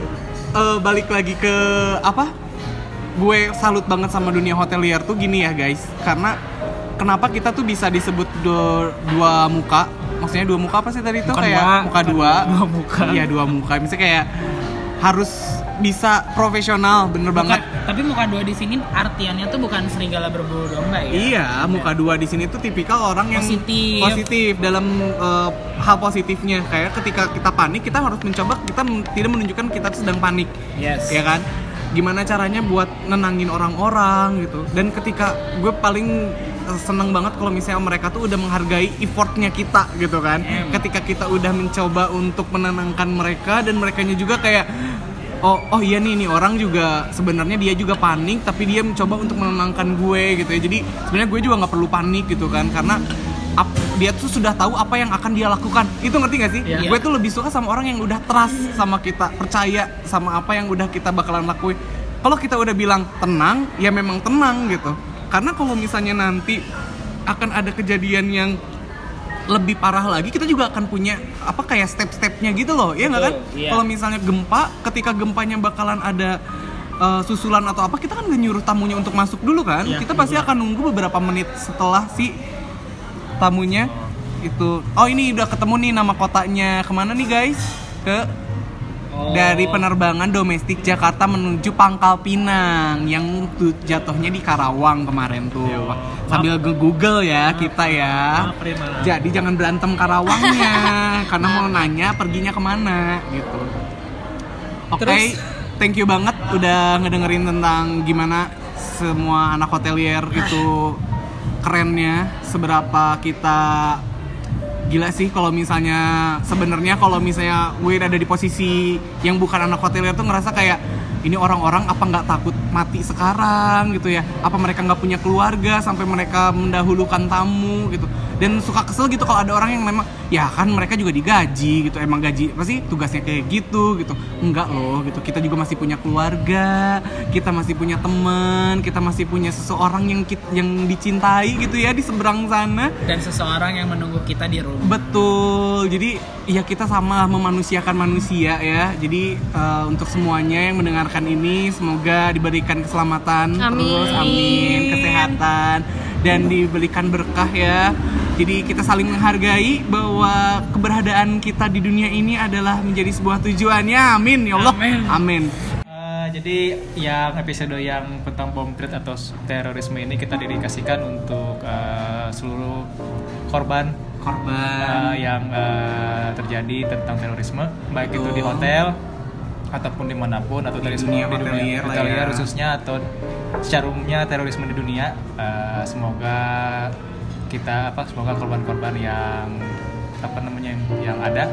balik lagi ke apa? Gue salut banget sama dunia hotelier tuh gini ya guys. Karena kenapa kita tuh bisa disebut dua muka? Maksudnya dua muka apa sih tadi itu? Bukan Kayak dua, muka dua. dua muka. Iya, dua muka. Misalnya kayak harus bisa profesional, bener banget. Tapi muka dua di sini artiannya tuh bukan serigala berbulu domba ya. Iya, muka dua di sini tuh tipikal orang yang positif dalam hal positifnya. Kayak ketika kita panik, kita harus mencoba kita tidak menunjukkan kita tuh sedang panik. Yes. Ya kan? Gimana caranya buat nenangin orang-orang gitu. Dan ketika gue paling seneng banget kalau misalnya mereka tuh udah menghargai effortnya kita gitu kan. Ketika kita udah mencoba untuk menenangkan mereka dan merekanya juga kayak oh iya nih orang juga sebenarnya dia juga panik tapi dia mencoba untuk menenangkan gue gitu ya. Jadi sebenarnya gue juga nggak perlu panik gitu kan, karena dia tuh sudah tahu apa yang akan dia lakukan. Itu ngerti gak sih? Iya. Gue tuh lebih suka sama orang yang udah trust sama kita, percaya sama apa yang udah kita bakalan lakuin. Kalau kita udah bilang tenang, ya memang tenang gitu. Karena kalau misalnya nanti akan ada kejadian yang lebih parah lagi, kita juga akan punya apa kayak step-stepnya gitu loh, ya nggak kan? Iya. Kalau misalnya gempa, ketika gempanya bakalan ada susulan atau apa, kita kan nggak nyuruh tamunya untuk masuk dulu kan? Iya, Kita pasti akan nunggu beberapa menit setelah si tamunya itu. Oh ini udah ketemu nih nama kotanya, kemana nih guys? Dari penerbangan domestik Jakarta menuju Pangkal Pinang yang jatuhnya di Karawang kemarin tuh. Sambil nge-google ya kita ya. Jadi jangan berantem Karawangnya karena mau nanya perginya kemana gitu. Oke, thank you banget udah ngedengerin tentang gimana semua anak hotelier itu kerennya, seberapa kita gila sih kalau misalnya sebenarnya kalau misalnya gue ada di posisi yang bukan anak hotelier tuh ngerasa kayak ini orang-orang apa nggak takut mati sekarang gitu ya, apa mereka nggak punya keluarga sampai mereka mendahulukan tamu gitu. Dan suka kesel gitu kalau ada orang yang memang ya kan mereka juga digaji gitu, emang gaji apa sih tugasnya kayak gitu. Enggak loh gitu, kita juga masih punya keluarga, kita masih punya teman, kita masih punya seseorang yang dicintai gitu ya di seberang sana, Dan seseorang yang menunggu kita di rumah. betul. Jadi ya kita sama memanusiakan manusia ya. Jadi untuk semuanya yang mendengarkan ini semoga diberikan keselamatan, terus amin, kesehatan dan diberikan berkah ya. Jadi kita saling menghargai bahwa keberadaan kita di dunia ini adalah menjadi sebuah tujuannya. Amin ya Allah. Amin. Jadi yang episode yang tentang bom threat atau terorisme ini kita dedikasikan untuk seluruh korban yang terjadi tentang terorisme, baik itu di hotel ataupun dimanapun, atau terorisme di dunia hotelier khususnya, atau secara umumnya terorisme di dunia. Semoga korban-korban yang yang ada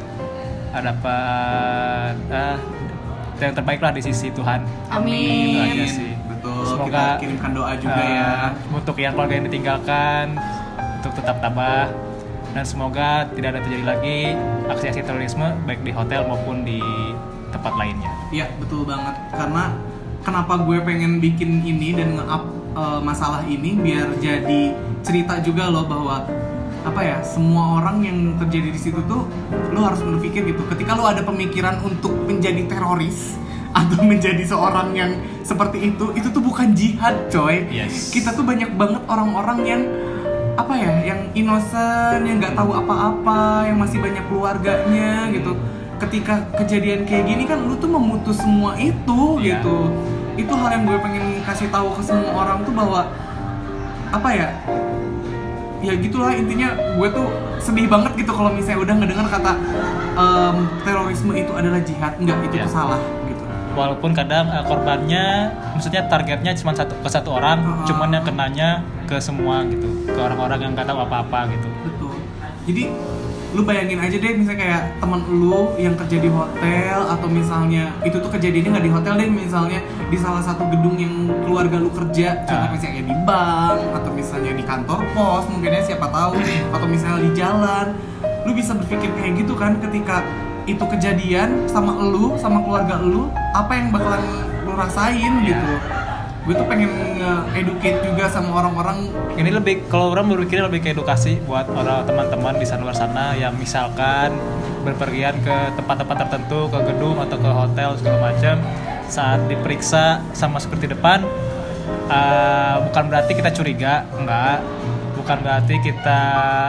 yang terbaik lah di sisi Tuhan. Amin. Itu aja sih. Betul. Semoga kita kirimkan doa juga ya. Untuk yang keluarga yang ditinggalkan untuk tetap tabah, dan semoga tidak ada terjadi lagi aksi-aksi terorisme baik di hotel maupun di tempat lainnya. Iya betul banget. Karena kenapa gue pengen bikin ini dan nge-up masalah ini biar jadi cerita juga loh bahwa apa ya, semua orang yang terjadi di situ tuh lo harus berpikir gitu. Ketika lo ada pemikiran untuk menjadi teroris atau menjadi seorang yang seperti itu tuh bukan jihad coy. Yes. Kita tuh banyak banget orang-orang yang apa ya, yang innocent, yang nggak tahu apa-apa, yang masih banyak keluarganya gitu. Ketika kejadian kayak gini kan lu tuh memutus semua itu gitu. Itu hal yang gue pengen kasih tahu ke semua orang tuh bahwa apa ya, ya gitulah intinya. Gue tuh sedih banget gitu kalau misalnya udah ngedengar kata terorisme itu adalah jihad. Enggak, itu tuh salah gitu. Walaupun kadang korbannya, maksudnya targetnya cuma satu orang, cuman yang kenanya ke semua gitu, ke orang-orang yang nggak tahu apa-apa gitu. Betul. Jadi lu bayangin aja deh, misalnya kayak teman lu yang kerja di hotel, atau misalnya itu tuh kejadiannya nggak di hotel deh, misalnya di salah satu gedung yang keluarga lu kerja, contoh misalnya di bank, atau misalnya di kantor pos, mungkin ya siapa tahu, atau misalnya di jalan. Lu bisa berpikir kayak gitu kan, ketika itu kejadian sama lu, sama keluarga lu, apa yang bakalan lu rasain gitu. Gue tuh pengen nge-educate juga sama orang-orang. Ini lebih, kalau orang berpikir lebih ke edukasi buat orang teman-teman di luar sana yang misalkan berpergian ke tempat-tempat tertentu, ke gedung atau ke hotel segala macam, saat diperiksa sama security depan, bukan berarti kita curiga, enggak, bukan berarti kita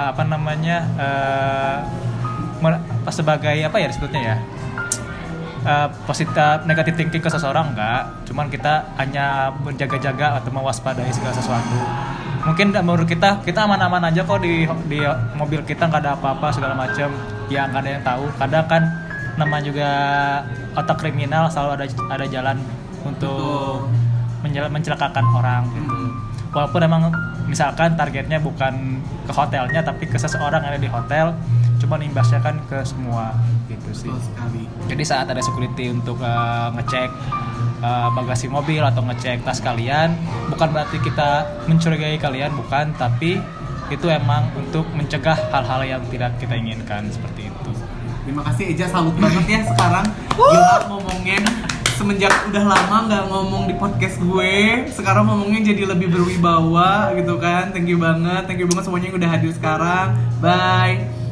sebagai apa ya disebutnya ya, positif negatif thinking ke seseorang, enggak, cuman kita hanya berjaga-jaga atau mewaspadai segala sesuatu. Mungkin menurut kita aman-aman aja kok di mobil kita, nggak ada apa-apa segala macam, ya nggak ada yang tahu. Kadang kan namanya juga otak kriminal selalu ada jalan untuk mencelakakan orang gitu. Walaupun emang misalkan targetnya bukan ke hotelnya tapi ke seseorang yang ada di hotel, cuman imbasnya kan ke semua gitu sih. Jadi saat ada security untuk ngecek bagasi mobil atau ngecek tas kalian, bukan berarti kita mencurigai kalian, bukan, tapi itu emang untuk mencegah hal-hal yang tidak kita inginkan seperti itu. Terima kasih Eja, salut banget ya sekarang. Gila ngomongin, semenjak udah lama nggak ngomong di podcast gue, sekarang ngomongnya jadi lebih berwibawa gitu kan. Thank you banget semuanya yang udah hadir sekarang. Bye.